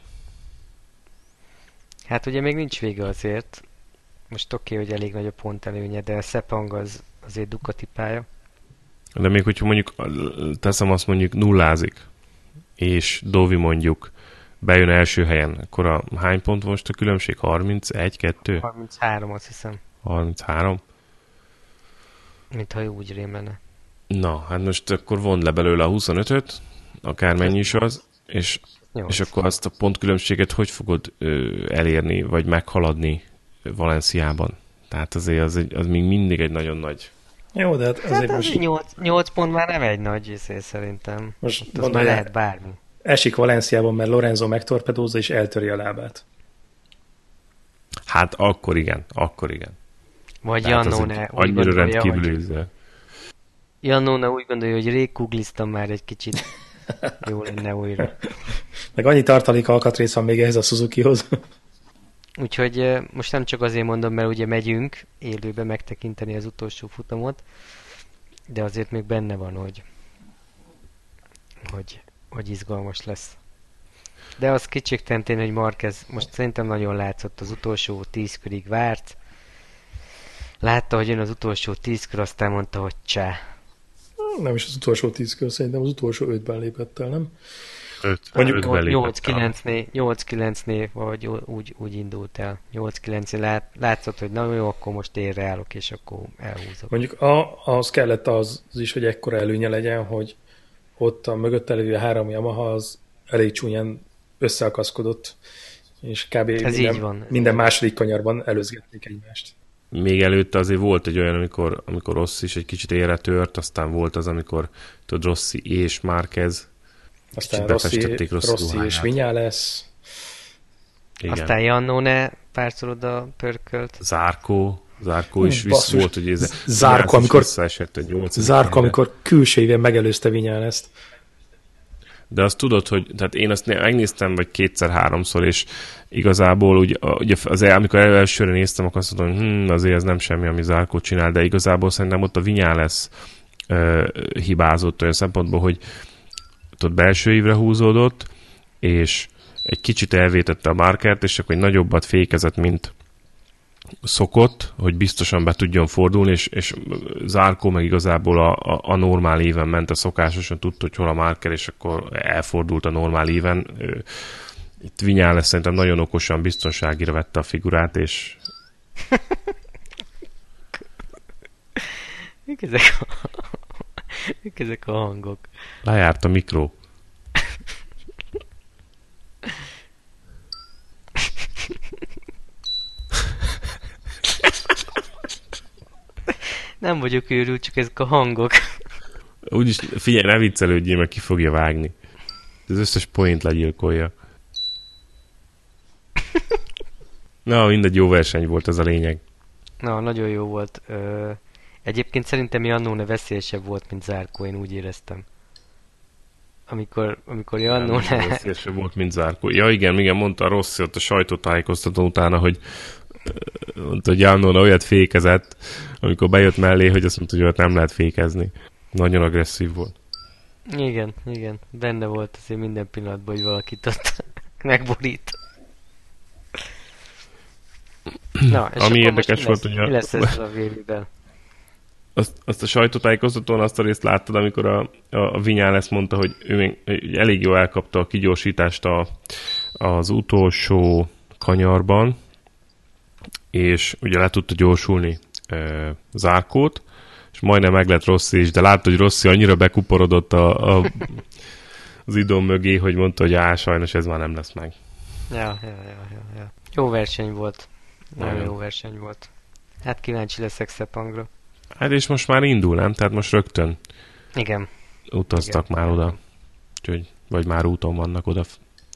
Hát ugye még nincs vége azért. Most oké, hogy elég nagy a pont előnye, de a Sepang az azért Ducati pálya. De még hogyha mondjuk teszem azt mondjuk nullázik, és Dovi mondjuk bejön első helyen, akkor hány pont most a különbség? 31, 2? 33, azt hiszem. 33? Mintha úgy rém lenne. Na, hát most akkor vond le belőle a 25-öt, akármennyi is az, és akkor azt a pontkülönbséget hogy fogod elérni, vagy meghaladni Valenciában? Tehát azért az még mindig egy nagyon nagy... Jó, de hát azért most... 8 pont már nem egy nagy része szerintem. Most az már lehet bármi. Esik Valenciában, mert Lorenzo megtorpedózza és eltöri a lábát. Hát akkor igen. Vagy Tehát az Jannone úgy annyira gondolja, rendkívül hogy... íze. Jannone úgy gondolja, hogy rég googliztam már egy kicsit. Jó lenne újra. Meg annyi tartalék alkatrész van még ehhez a Suzukihoz. Úgyhogy most nem csak azért mondom, mert ugye megyünk élőbe megtekinteni az utolsó futamot, de azért még benne van, hogy izgalmas lesz. De az kétségtelen tényleg, hogy Marquez most szerintem nagyon látszott, az utolsó 10 körig várt. Látta, hogy jön az utolsó 10 kör, aztán mondta, hogy csá. Nem is az utolsó 10 kör, szerintem az utolsó 5-ben lépett el, nem? 5 Mondjuk 8-9-nél, vagy úgy indult el. 8-9-nél látszott, hogy na jó, akkor most érre állok, és akkor elhúzok. Mondjuk ahhoz kellett az is, hogy ekkora előnye legyen, hogy ott a mögött előjö 3 Yamaha az elég csúnyán összeakaszkodott, és kb. Minden második kanyarban előzgették egymást. Még előtte azért volt egy olyan, amikor Rossi is egy kicsit élre tört, aztán volt az, amikor tudod, Rossi és Márquez aztán Rossi és Viñales. Aztán Jannone párszor oda pörkölt. Zarco is volt, hogy ez Zarco, amikor külső megelőzte Viñalest. De azt tudod, hogy tehát én azt megnéztem, vagy 2-3-szor, és igazából ugye amikor elsőre néztem, akkor azt mondom, hogy azért ez nem semmi, ami Zarco csinál, de igazából szerintem ott a Viñales hibázott olyan szempontból, hogy ott belső évre húzódott, és egy kicsit elvétette a Marquert, és akkor egy nagyobbat fékezett, mint szokott, hogy biztosan be tudjon fordulni, és Zarco meg igazából a normál éven ment, a szokásosan tudta, hogy hol a Marquez, és akkor elfordult a normál éven. Itt Viñales szerintem nagyon okosan biztonságira vette a figurát, és Mik ezek a hangok? lejárt a mikró. Nem vagyok őrült, csak ezek a hangok. Úgyis figyelj, ne viccelődjél, meg ki fogja vágni. Az összes point legyilkolja. Na, mindegy, jó verseny volt, ez a lényeg. Na, nagyon jó volt. Egyébként szerintem Jannone veszélyesebb volt, mint Zarco, én úgy éreztem. Amikor Jannone... Veszélyesebb volt, mint Zarco. Ja, igen, mondta a Rossi ott a sajtótájékoztatón utána, hogy mondta, hogy Jannone olyat fékezett, amikor bejött mellé, hogy azt mondta, hogy olyat nem lehet fékezni. Nagyon agresszív volt. Igen. Benne volt azért minden pillanatban, hogy valakit ott megborít. Na, és ami érdekes volt, hogy mi lesz ezzel a VB-ben? Azt a sajtótájékoztatón azt a részt láttad, amikor a Viñales mondta, hogy ő még elég jól elkapta a kigyorsítást az utolsó kanyarban, és ugye le tudta gyorsulni Zarcót, és majdnem meg lett Rossi is, de látta, hogy Rossi annyira bekuporodott az idón mögé, hogy mondta, hogy sajnos ez már nem lesz meg. Ja. Jó verseny volt. Nagyon jó verseny volt. Hát kíváncsi leszek Sepangra. Hát és most már indul, nem? Tehát most rögtön igen. Utaztak már oda. Úgyhogy, vagy már úton vannak oda.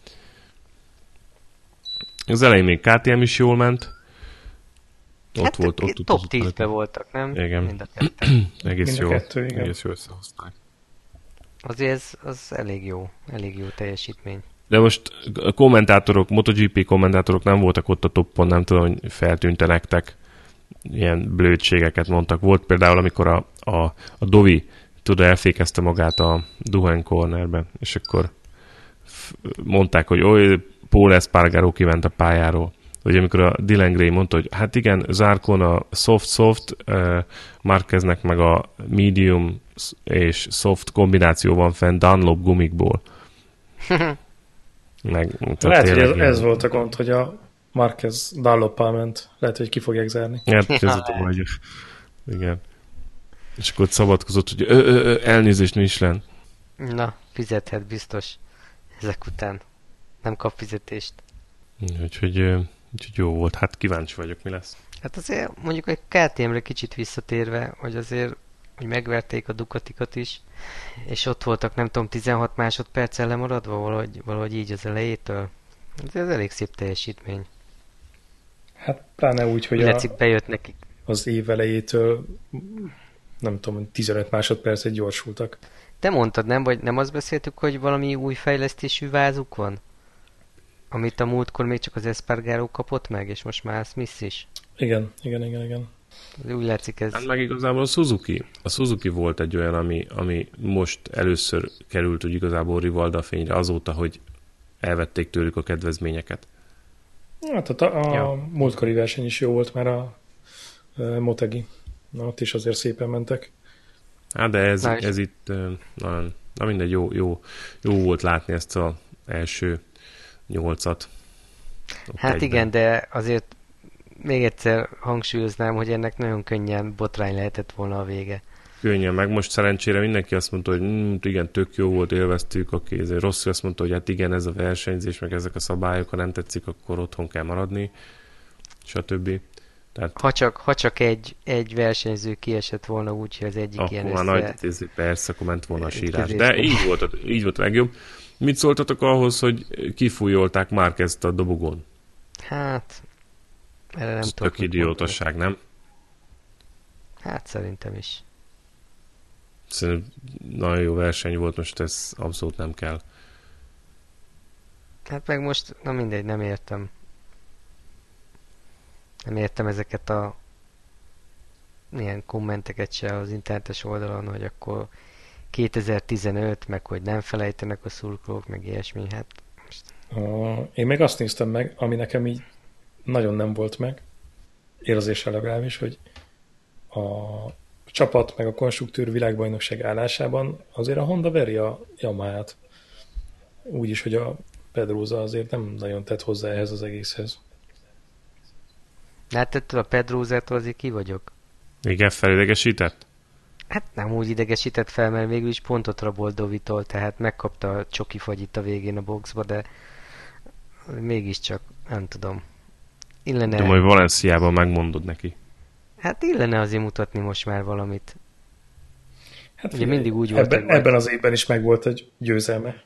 Az elején még KTM is jól ment. Ott volt, ott top 10-ben voltak, nem? Igen. Mind a ketten. Egész jó. Igen. Egész jó összehozták. Azért az elég jó teljesítmény. De most a kommentátorok, MotoGP kommentátorok nem voltak ott a toppon, nem tudom, hogy feltűnte nektek, ilyen blödségeket mondtak. Volt például, amikor a Dovi elfékezte magát a Duhan Cornerben, és akkor mondták, hogy Paul Espargaro kiment a pályáról. Vagy amikor a Dylan Gray mondta, hogy hát igen, Zarcon a soft, Marqueznek meg a medium és soft kombináció van fenn Dunlop gumikból. Lehet, hogy ez volt a gond, hogy a Marquez Dunloppal ment. Lehet, hogy ki fogják zárni. Igen. És akkor szabadkozott, hogy elnézést Michelin. Na, fizethet biztos ezek után. Nem kap fizetést. Úgyhogy jó volt. Hát kíváncsi vagyok, mi lesz. Hát azért mondjuk a KTM-re kicsit visszatérve, hogy azért hogy megverték a Ducatikat is, és ott voltak, nem tudom, 16 másodperccel lemaradva valahogy így az elejétől. Ez elég szép teljesítmény. Hát pláne úgy, hogy Látszik, bejött nekik az év elejétől nem tudom, 15 másodpercet gyorsultak. Te mondtad, nem? Vagy nem azt beszéltük, hogy valami új fejlesztésű vázuk van? Amit a múltkor még csak az Espargaro kapott meg, és most már Smith is. Igen. Úgy látszik ez... Hát meg igazából a Suzuki. A Suzuki volt egy olyan, ami most először került úgy igazából Rivalda fényre azóta, hogy elvették tőlük a kedvezményeket. Hát a múltkori verseny is jó volt, mert a Motegi. Na, ott is azért szépen mentek. Hát de ez itt na mindegy, jó volt látni ezt az első 8-at. Hát egyben. igen, de azért még egyszer hangsúlyoznám, hogy ennek nagyon könnyen botrány lehetett volna a vége. Könnyen, meg most szerencsére mindenki azt mondta, hogy igen, tök jó volt, élveztük, aki rossz, azt mondta, hogy hát igen, ez a versenyzés, meg ezek a szabályok, ha nem tetszik, akkor otthon kell maradni, stb. Tehát, ha csak egy versenyző kiesett volna úgy, hogy az egyik ilyen akkor már nagy persze, akkor ment volna a sírás. De így volt a legjobb. Mit szóltatok ahhoz, hogy kifújolták Márquezt a dobogón? Hát, erre nem ez tudok. Tök idiótosság, nem? Hát szerintem is. Szerintem nagyon jó verseny volt, most ez abszolút nem kell. Hát meg most, na mindegy, nem értem. Nem értem ezeket a ilyen kommenteket se az internetes oldalon, hogy akkor 2015, meg hogy nem felejtenek a szurkolók, meg ilyesmi, hát most... Én még azt néztem meg, ami nekem így nagyon nem volt meg, érzéssel legalábbis, hogy a csapat meg a konstruktőr világbajnokság állásában azért a Honda veri a Yamahát. Úgyis, hogy a Pedrosa azért nem nagyon tett hozzá ehhez az egészhez. Hát ettől a Pedrosától azért ki vagyok. Igen, felidegesített? Hát nem úgy idegesített fel, mert végül is pontot rabolt Dovitól, tehát megkapta a csoki fagyit a végén a boxba, de mégiscsak, nem tudom. Illene... Tudom, hogy Valenciában megmondod neki. Hát illene azért mutatni most már valamit. Hát ugye mindig úgy volt, ebben az évben is megvolt egy győzelme.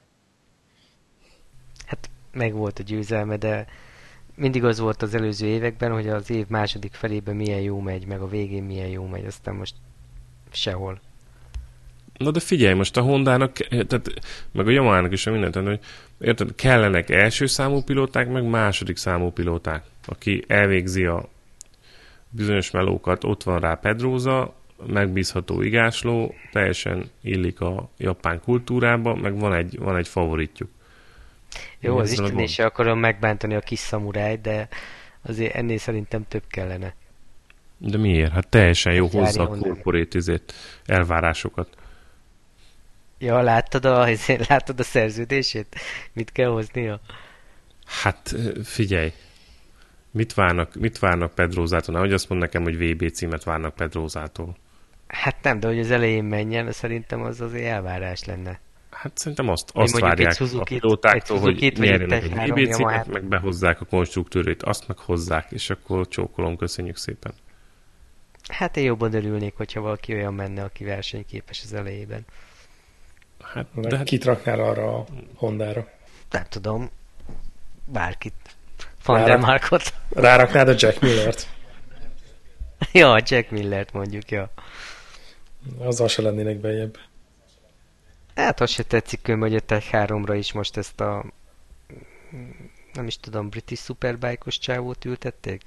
Hát megvolt a győzelme, de mindig az volt az előző években, hogy az év második felében milyen jó megy, meg a végén milyen jó megy, aztán most sehol. Na de figyelj, most a Hondának, tehát, meg a Yamahának is mindent, hogy érted, kellenek első számú pilóták, meg második számú pilóták, aki elvégzi a bizonyos melókat, ott van rá Pedrosa, megbízható igásló, teljesen illik a japán kultúrába, meg van egy favoritjuk. Jó, az Isten se akarom megbántani a kis szamurájt, de azért ennél szerintem több kellene. De miért? Hát teljesen jó hozza a corporate elvárásokat. Ja, láttad a szerződését? Mit kell hoznia? Hát figyelj, mit várnak Pedrosától? Nehogy azt mond nekem, hogy VB címet várnak Pedrosától. Hát nem, de hogy az elején menjen, szerintem az azért elvárás lenne. Hát szerintem azt várják a pilótáktól, hogy nyerjenek egy VB címet, meg behozzák a konstruktőrét, azt meg hozzák, és akkor csókolom, köszönjük szépen. Hát én jobban örülnék, hogyha valaki olyan menne, aki versenyképes az elejében. Hát, de kit raknál arra a Hondára? Nem tudom. Bárkit. Van der Markot. Ráraknád a Jack Millert? Ja, a Jack Millert mondjuk, ja. Azzal se lennének bejebb. Hát azt se tetszik, hogy a Tech 3-ra is most ezt a nem is tudom, British Superbike-os csávót ültették?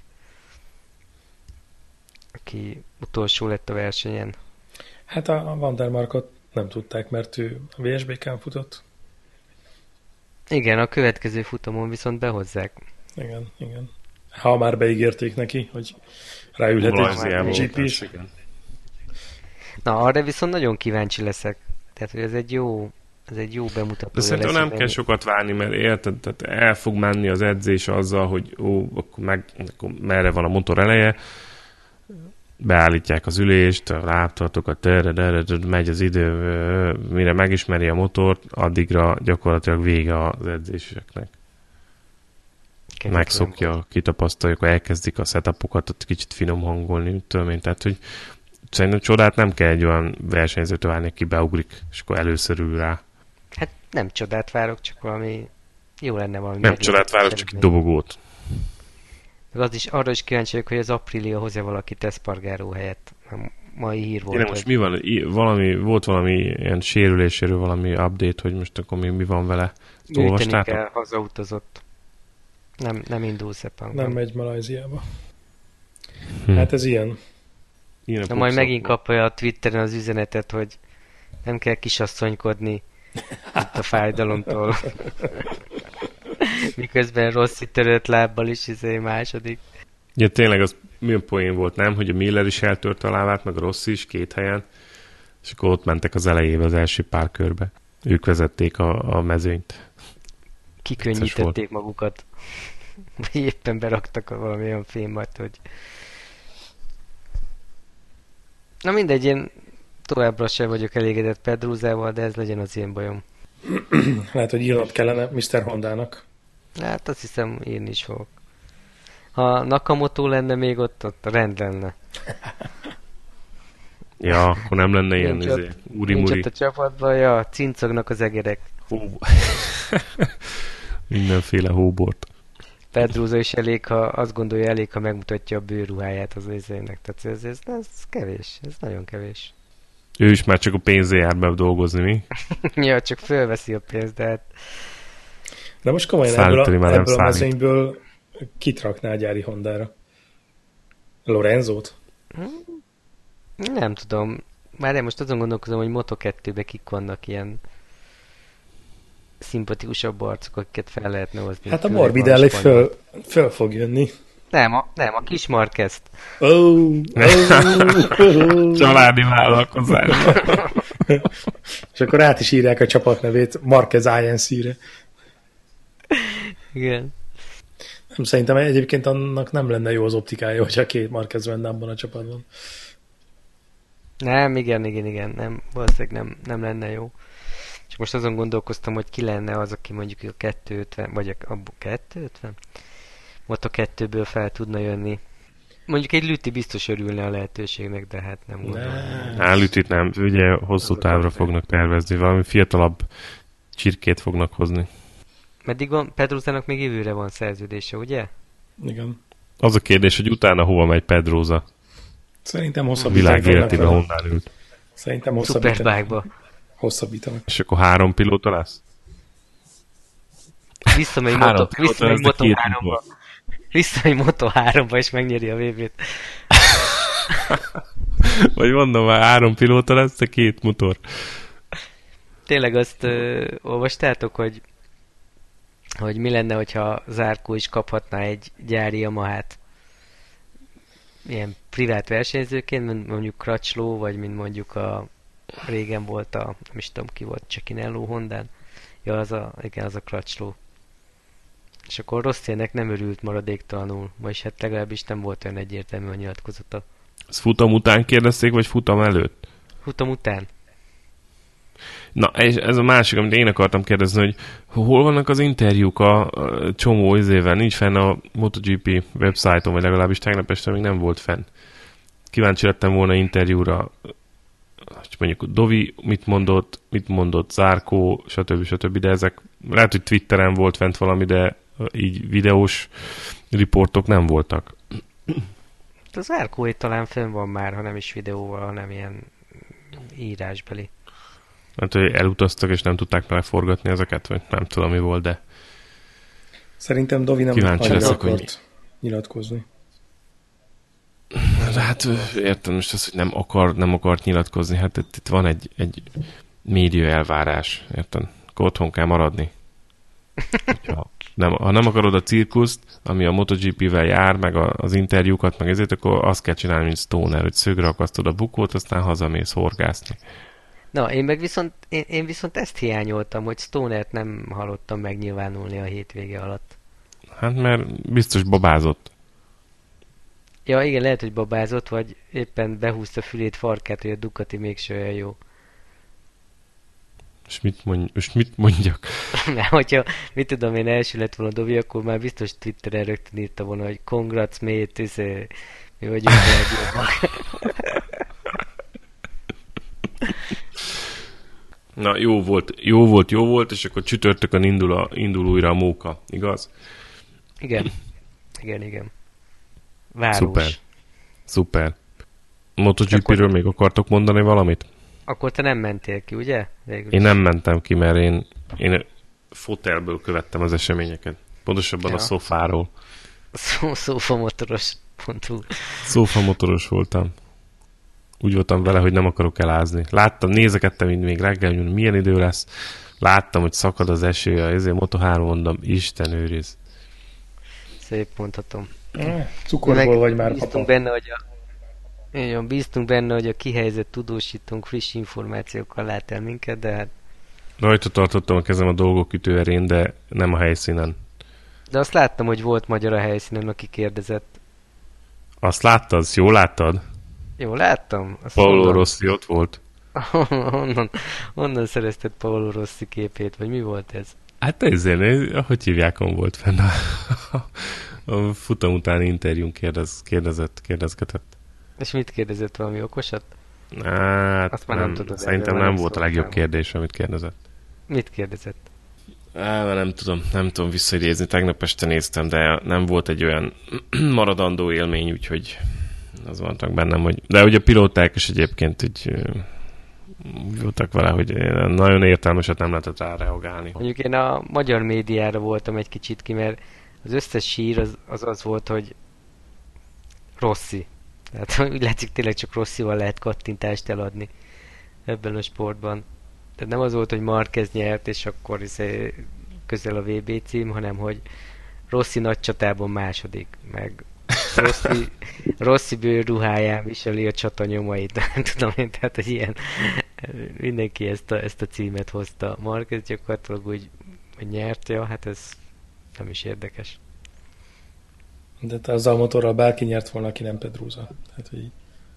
Aki utolsó lett a versenyen. Hát a Van der Markot nem tudták, mert ő a VSBK-n futott. Igen, a következő futamon viszont behozzák. Igen. Ha már beígérték neki, hogy ráülhet egy GP is. Na, arra viszont nagyon kíváncsi leszek. Tehát, hogy ez egy jó bemutató. De szerintem nem kell sokat várni, mert érted, tehát el fog menni az edzés azzal, hogy akkor merre van a motor eleje, beállítják az ülést, a láptartokat, megy az idő, mire megismeri a motort, addigra gyakorlatilag vége az edzéseknek. Megszokja, kitapasztalja, akkor elkezdik a setupokat, ott kicsit finom hangolni, tehát, hogy szerintem csodát nem kell egy olyan versenyzőtől várni, aki beugrik, és akkor először ül rá. Hát nem csodát várok, csak valami jó lenne valami. Nem csodát várok, csak egy dobogót. Meg arra is kíváncsi vagyok, hogy az Aprilia hoz-e valakit Espargaró helyett. Mai hír volt. Tényleg most mi van? Volt valami ilyen sérüléséről valami update, hogy most akkor mi van vele? Olvastátok? Kell, hazautazott. Nem indul Sepang. Nem megy Malajziába. Hát ez ilyen. Na majd megint kapja a Twitteren az üzenetet, hogy nem kell kisasszonykodni itt a fájdalomtól. Miközben Rossi törött lábbal is második. Ja, tényleg az milyen poén volt, nem? Hogy a Miller is eltört a lábát, meg a Rossi is 2 helyen, és akkor ott mentek az elejébe az első pár körbe. Ők vezették a mezőnyt. Kikönnyítették magukat. Éppen beraktak valami olyan fémet, hogy... Na mindegy, én továbbra sem vagyok elégedett Pedruzával, de ez legyen az én bajom. Lehet, hogy írnod kellene Mr. Hondának. Hát azt hiszem, én is fogok. Ha Nakamoto lenne még ott rend lenne. Ja, akkor nem lenne ilyen úri-muri. Nincs ott a csapatban, ja, cincognak az egerek. Mindenféle hóbort. Pedroza is elég, ha azt gondolja, ha megmutatja a bőrruháját az izének. Tehát ez kevés, ez nagyon kevés. Ő is már csak a pénzé jár be dolgozni, mi? Ja, csak fölveszi a pénzt, de hát... De most komolyan ebből a mezőnyből kit raknál gyári Hondára? Lorenzót? Nem tudom. Már most azon gondolkozom, hogy Moto2-be kik vannak ilyen szimpatikusabb arcok, akiket fel lehetne hozni. Hát a Morbidelli föl fog jönni. Nem, a kis Marquezt. Családi vállalkozás. És akkor át is írják a csapatnevét Marquez INC-re. Igen. Nem, szerintem egyébként annak nem lenne jó az optikája, hogyha 2 Marquez lenne abban a csapatban. Nem, igen. Nem, valószínűleg nem lenne jó. És most azon gondolkoztam, hogy ki lenne az, aki mondjuk a 250, vagy a 250? Moto2-ből fel tudna jönni. Mondjuk egy Lüti biztos örülne a lehetőségnek, de hát nem gondolom. Lütit nem. Ugye hosszú távra fognak tervezni. Valami fiatalabb csirkét fognak hozni. Meddig van? Pedrozának még jövőre van szerződése, ugye? Igen. Az a kérdés, hogy utána hova megy Pedroza? Szerintem hosszabbítanak. Világ életében Hondán ült. Szerintem hosszabbítanak. Superbike-ba. Hosszabbítanak. És akkor 3 pilóta lesz? Visszamegy Moto3-ba. Visszamegy Moto3-ba, és megnyeri a VB-t. Vagy mondom, már 3 pilóta lesz, de 2 motor. Tényleg azt olvastátok, hogy mi lenne, hogyha Zarco is kaphatná egy gyári Yamahát ilyen privát versenyzőként, mint mondjuk Crutchlow, vagy mint mondjuk régen volt nem is tudom ki volt, Cecchinello Hondán. Ja, az a Crutchlow. És akkor Rossinek nem örült maradéktalanul, vagyis hát legalábbis nem volt olyan egyértelmű a nyilatkozata. Ezt futam után kérdezték, vagy futam előtt? Futam után. Na, és ez a másik, amit én akartam kérdezni, hogy hol vannak az interjúk a csomó izével? Nincs fenn a MotoGP websájton, vagy legalábbis tegnap este még nem volt fenn. Kíváncsi lettem volna interjúra, hogy mondjuk Dovi mit mondott Zarco, stb. De ezek, lehet, hogy Twitteren volt fent valami, de így videós riportok nem voltak. Az Zarco talán fenn van már, ha nem is videóval, hanem ilyen írásbeli. Hát, hogy elutaztak, és nem tudták beleforgatni ezeket, vagy nem tudom, mi volt, de... Szerintem Dovi nem akart nyilatkozni. De hát értem most azt, hogy nem akart nyilatkozni. Hát itt van egy média elvárás, értem? Akkor otthon kell maradni. Ha nem akarod a cirkuszt, ami a MotoGP-vel jár, meg az interjúkat, meg ezért, akkor azt kell csinálni, mint Stoner, hogy szögre akasztod a bukót, aztán hazamész horgászni. Na, én viszont ezt hiányoltam, hogy Stonert nem hallottam megnyilvánulni a hétvége alatt. Hát mert biztos babázott. Ja, igen, lehet, hogy babázott, vagy éppen behúzta fülét, farkát, hogy a Ducati mégse olyan jó. És mit mondjak? Mert hogyha, mit tudom én, első lett volna Dovi, akkor már biztos Twitteren rögtön írta volna, hogy congrats mate, mi vagyunk a legjobbak. Na, jó volt, és akkor csütörtökön indul újra a móka, igaz? Igen. város. Szuper. Szuper. MotoGP-ről még akartok mondani valamit? Akkor te nem mentél ki, ugye? Végül Én is. nem mentem ki, mert én fotelből követtem az eseményeket. Pontosabban Ja. a szofáról. Szófamotoros.hu. Szófamotoros voltam. Úgy voltam vele, hogy nem akarok elázni. Láttam, nézegettem így még reggel, hogy milyen idő lesz. Láttam, hogy szakad az eső, ezért Moto3 mondom, Isten őriz. Szép mondhatom. Cukorból vagy már, bíztunk papa. benne, bíztunk benne, hogy a kihelyezett tudósítónk friss információkkal lát el minket, de hát... Rajta tartottam a kezem a dolgok ütőerén, de nem a helyszínen. De azt láttam, hogy volt magyar a helyszínen, aki kérdezett. Azt láttad? Azt jól láttad? Jó, láttam. Azt Paolo honnan- Rossi ott volt. honnan szerezted Paolo Rossi képét, vagy mi volt ez? Hát ezért, ahogy hívják, on volt fenn a futam utáni interjún kérdezgetett. És mit kérdezett, valami okosat? Hát Azt már nem tudod, szerintem erről nem nem volt a szóltál. legjobb kérdés, amit kérdezett. Mit kérdezett? Nem tudom visszaidézni, tegnap este néztem, de nem volt egy olyan maradandó élmény, úgyhogy az voltak bennem, hogy... De ugye a pilóták is egyébként úgy voltak vele, hogy nagyon értelmeset nem lehetett rá reagálni. Mondjuk én a magyar médiára voltam egy kicsit ki, mert az összes sír az volt, hogy Rossi. Tehát úgy látszik, tényleg csak Rossival lehet kattintást eladni ebben a sportban. Tehát nem az volt, hogy Marquez nyert, és akkor közel a VB cím, hanem hogy Rossi nagy csatában második, meg Rossi bőrruháján viseli a csata nyomait, nem tudom én, tehát hogy ilyen mindenki ezt a címet hozta. Marquez gyakorlatilag úgy hogy nyert, ja, hát ez nem is érdekes. De te azzal a motorral bárki nyert volna, aki nem Pedrosa. Tehát, hogy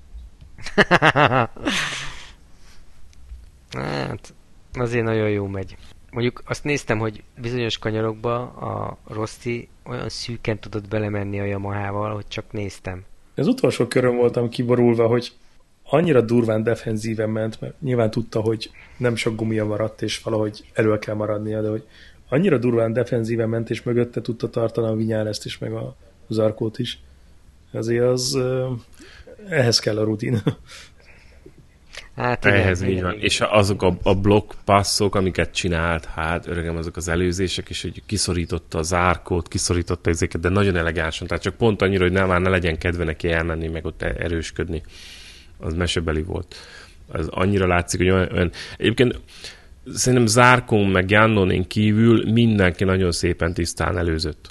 Hát, azért nagyon jó megy. Mondjuk azt néztem, hogy bizonyos kanyarokba a Rossi olyan szűken tudott belemenni a Yamahával, hogy csak néztem. az utolsó körön voltam kiborulva, hogy annyira durván defenzíven ment, mert nyilván tudta, hogy nem sok gumia maradt, és valahogy elő kell maradnia, de hogy annyira durván defenzíven ment, és mögötte tudta tartani a Vinyáleszt is, meg a Zarkót is. Azért ehhez kell a rutin. Hát igen, Ehhez igen, így van. igen. És azok a blokk passzok, amiket csinált, hát öregem, azok az előzések, és hogy kiszorította a zárkót, kiszorította ezeket, de nagyon elegánsan. Tehát csak pont annyira, hogy már ne legyen kedve neki elmenni, meg ott erősködni. Az mesebeli volt. Az annyira látszik, hogy olyan... Egyébként szerintem Zárkón meg Jannonén kívül mindenki nagyon szépen tisztán előzött.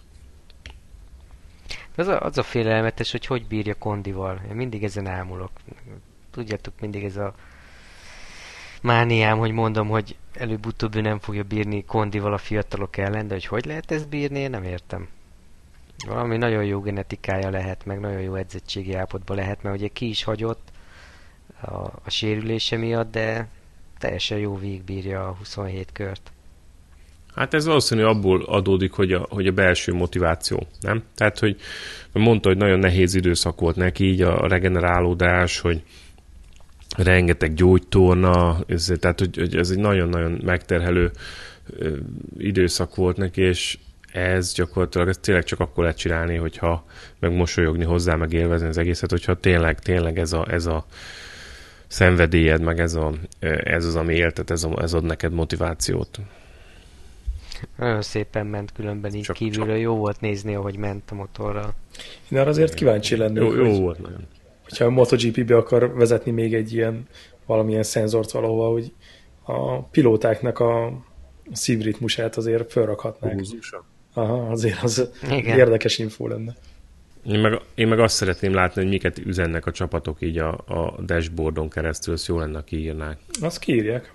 Az a félelmetes, hogy bírja kondival. Én mindig ezen ámulok. Tudjátok, mindig ez a mániám, hogy mondom, hogy előbb-utóbb ő nem fogja bírni kondival a fiatalok ellen, de hogy lehet ezt bírni, én nem értem. Valami nagyon jó genetikája lehet, meg nagyon jó edzettségi állapotban lehet, mert ugye ki is hagyott a sérülése miatt, de teljesen jó végigbírja a 27 kört. Hát ez valószínűleg abból adódik, hogy a belső motiváció, nem? Tehát, hogy mondta, hogy nagyon nehéz időszak volt neki, így a regenerálódás, hogy rengeteg gyógytorna, tehát, hogy ez egy nagyon-nagyon megterhelő időszak volt neki, és ez gyakorlatilag ezt tényleg csak akkor lehet csinálni, hogyha meg mosolyogni hozzá, meg élvezni az egészet, hogyha tényleg ez a szenvedélyed, meg ez az, ami éltet, ez ad neked motivációt. Nagyon szépen ment különben így Csak- kívülről, jó volt nézni, ahogy ment a motorral. Én arra azért kíváncsi lennék, Jó hogy, volt nagyon. hogyha a MotoGP-be akar vezetni még egy ilyen valamilyen szenzort valahova, hogy a pilótáknak a szívritmusát azért felrakhatnák. Aha, azért az Igen. érdekes infó lenne. Én meg azt szeretném látni, hogy miket üzennek a csapatok így a dashboardon keresztül, ezt jó lenne, ha kiírnák. Azt kiírják.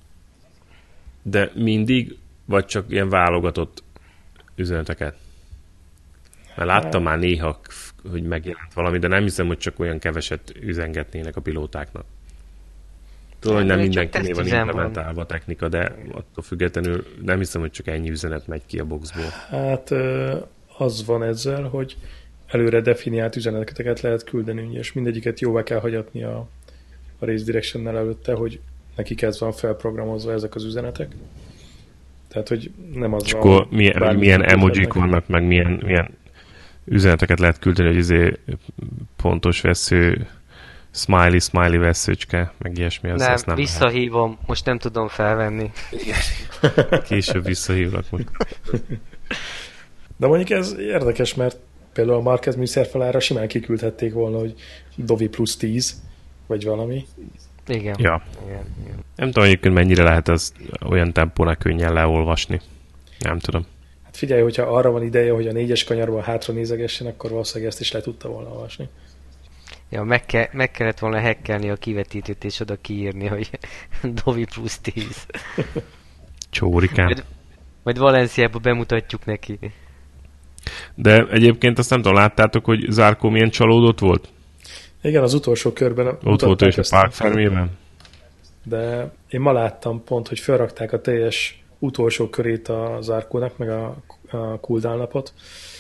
De mindig, vagy csak ilyen válogatott üzeneteket? Mert láttam már néha, hogy megjelent valami, de nem hiszem, hogy csak olyan keveset üzengetnének a pilótáknak. Tudom, hogy nem Csak mindenkinél van tesztüzem van. implementálva a technika, de attól függetlenül nem hiszem, hogy csak ennyi üzenet megy ki a boxból. Hát az van ezzel, hogy előre definiált üzeneteket lehet küldeni, és mindegyiket jóvá kell hagyatni a race directionnel előtte, hogy nekik ez van felprogramozva ezek az üzenetek. Tehát, hogy nem az És van, akkor hogy bármit milyen küldhetnek. emojik vannak, meg milyen üzeneteket lehet küldeni, hogy pontos vesző, smiley veszőcske, meg ilyesmi. Nem, nem visszahívom, lehet. Most nem tudom felvenni. Később visszahívlak most. De mondjuk ez érdekes, mert például a Marquez műszerfalára simán kiküldhették volna, hogy Dovi plusz 10, vagy valami. Igen. Ja. Igen. Nem tudom egyébként mennyire lehet az olyan tempónál könnyen leolvasni. Nem tudom. Hát figyelj, hogyha arra van ideje, hogy a 4-es kanyarban hátra nézegessen, akkor valószínűleg ezt is le tudta volna olvasni. Ja, meg kellett volna hackelni a kivetítőt és oda kiírni, hogy Dovi plusz 10. Csórikám. Majd Valenciába bemutatjuk neki. De egyébként azt nem tudom, láttátok, hogy Zarco milyen csalódott volt? Igen, az utolsó körben ott volt ő is a Park Fermében. De én ma láttam pont, hogy felrakták a teljes utolsó körét a Zarcónak, meg a cooldown-napot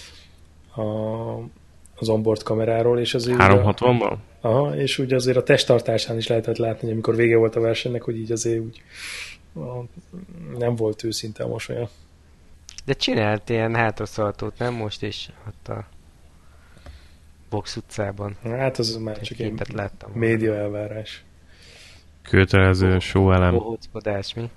az onboard kameráról, és azért 360-ban? Aha, és úgy azért a testtartásán is lehetett látni, hogy amikor vége volt a versenynek, hogy így azért úgy nem volt őszinte a mosolya. De csinált ilyen hátraszaltót, nem most is ott a Box utcában. Hát az már csak egy láttam. Média elvárás. Kötelező show elem. Bohóckodás, mi?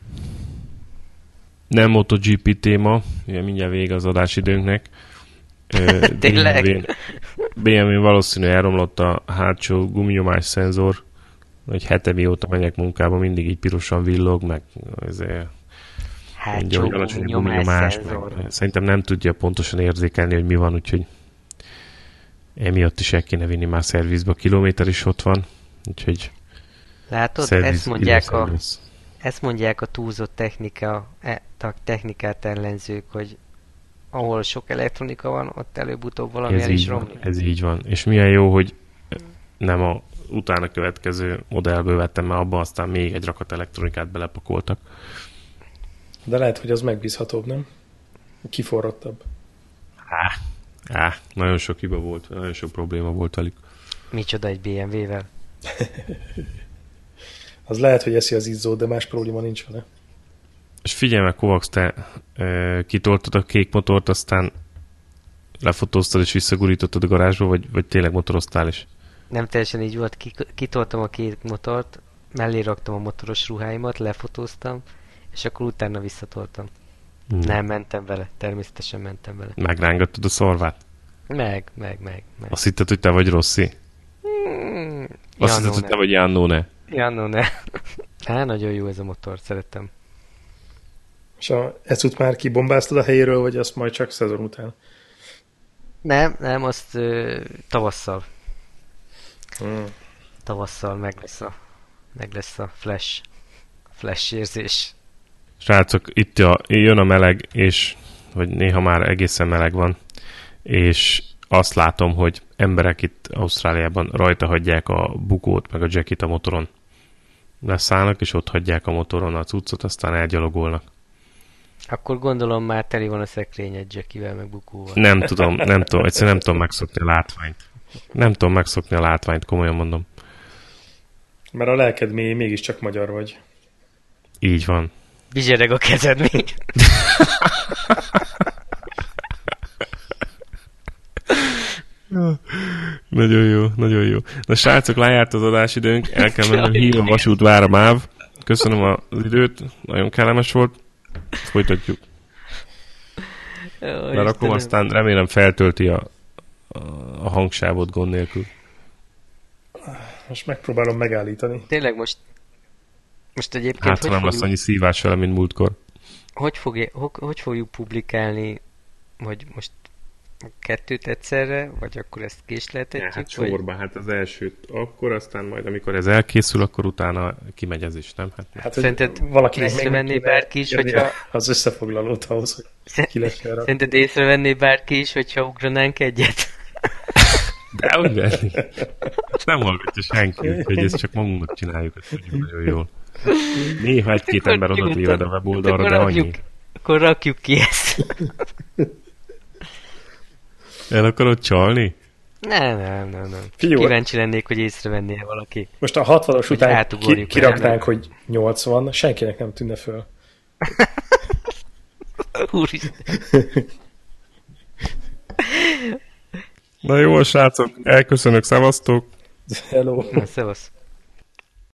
Nem MotoGP téma, ugye mindjárt vége az adásidőnknek. Tényleg? BMW valószínű elromlott a hátsó guminyomás szenzor, hogy hete mióta megyek munkába, mindig így pirosan villog, meg ezért hátsó guminyomás szenzor. Szerintem nem tudja pontosan érzékelni, hogy mi van, úgyhogy emiatt is el kéne vinni már szervizbe. A kilométer is ott van, úgyhogy látod, ezt mondják a túlzott technikát ellenzők, hogy ahol sok elektronika van, ott előbb-utóbb valami el is romlik. Ez így van. És milyen jó, hogy nem a utána következő modellből vettem, mert abban aztán még egy rakat elektronikát belepakoltak. De lehet, hogy az megbízhatóbb, nem? Kiforrottabb. Nagyon sok hiba volt, nagyon sok probléma volt velük. Micsoda egy BMW-vel? Az lehet, hogy eszi az izzót, de más probléma nincs vele. És figyelj meg, Kovacs, te kitoltad a kék motort, aztán lefotóztad és visszagurítottad a garázsba, vagy tényleg motoroztál is? Nem teljesen így volt. Kitoltam a kék motort, mellé raktam a motoros ruháimat, lefotóztam, és akkor utána visszatoltam. Nem, mentem vele. Természetesen mentem vele. Megrángattad a szarvát? Meg. Azt hitted, hogy te vagy Rossi? Azt hitted, hogy te vagy Jannone? Jannone. Nagyon jó ez a motor, szeretem. És a Ecut már kibombáztad a helyéről, vagy azt majd csak szezon után? Nem, azt tavasszal. Tavasszal meg lesz a flash érzés. Srácok, itt jön a meleg, és vagy néha már egészen meleg van, és azt látom, hogy emberek itt Ausztráliában rajta hagyják a bukót, meg a jackit a motoron. Leszállnak, és ott hagyják a motoron a cuccot, aztán elgyalogolnak. Akkor gondolom már teli van a szekrény egy jackivel, meg bukóval. Nem tudom, egyszerűen nem tudom megszokni a látványt. Nem tudom megszokni a látványt, komolyan mondom. Mert a lelked mégiscsak magyar vagy. Így van. Bizsereg a kezed még. Nagyon jó. Na srácok, lejárt az adásidőnk, el kell mennem, hívom vasút vár a MÁV. Köszönöm az időt, nagyon kellemes volt. Folytatjuk. Berakom, aztán remélem feltölti a hangsávot gond nélkül. Most megpróbálom megállítani. Tényleg most egyébként... Hát, nem lesz annyi szívás vele, mint múltkor. Hogy fogjuk publikálni, hogy most kettőt egyszerre, vagy akkor ezt késleltetjük? Hát sorba, hát az elsőt akkor, aztán majd amikor ez elkészül, akkor utána kimegy ez is, nem? Hát szerinted észrevenné bárki is, hogyha... Az összefoglalót ahhoz, hogy ki lesz erre. Szerinted észrevenné bárki is, hogyha ugranánk egyet? De úgy venni. Nem hallgatja senki, hogy ezt csak magunknak csináljuk, ezt tudjuk nagyon jól. Néha egy-két ember oda téved a weboldalra, de annyi. Akkor rakjuk ki ezt. El akarod csalni? Nem. Kíváncsi lennék, hogy észrevenné valaki. Most a 60-as után kiraknánk, hogy 80, senkinek nem tűnne föl. Úristen. Na jó, srácok, elköszönök, szevasztok! Hello! Na, szevasz.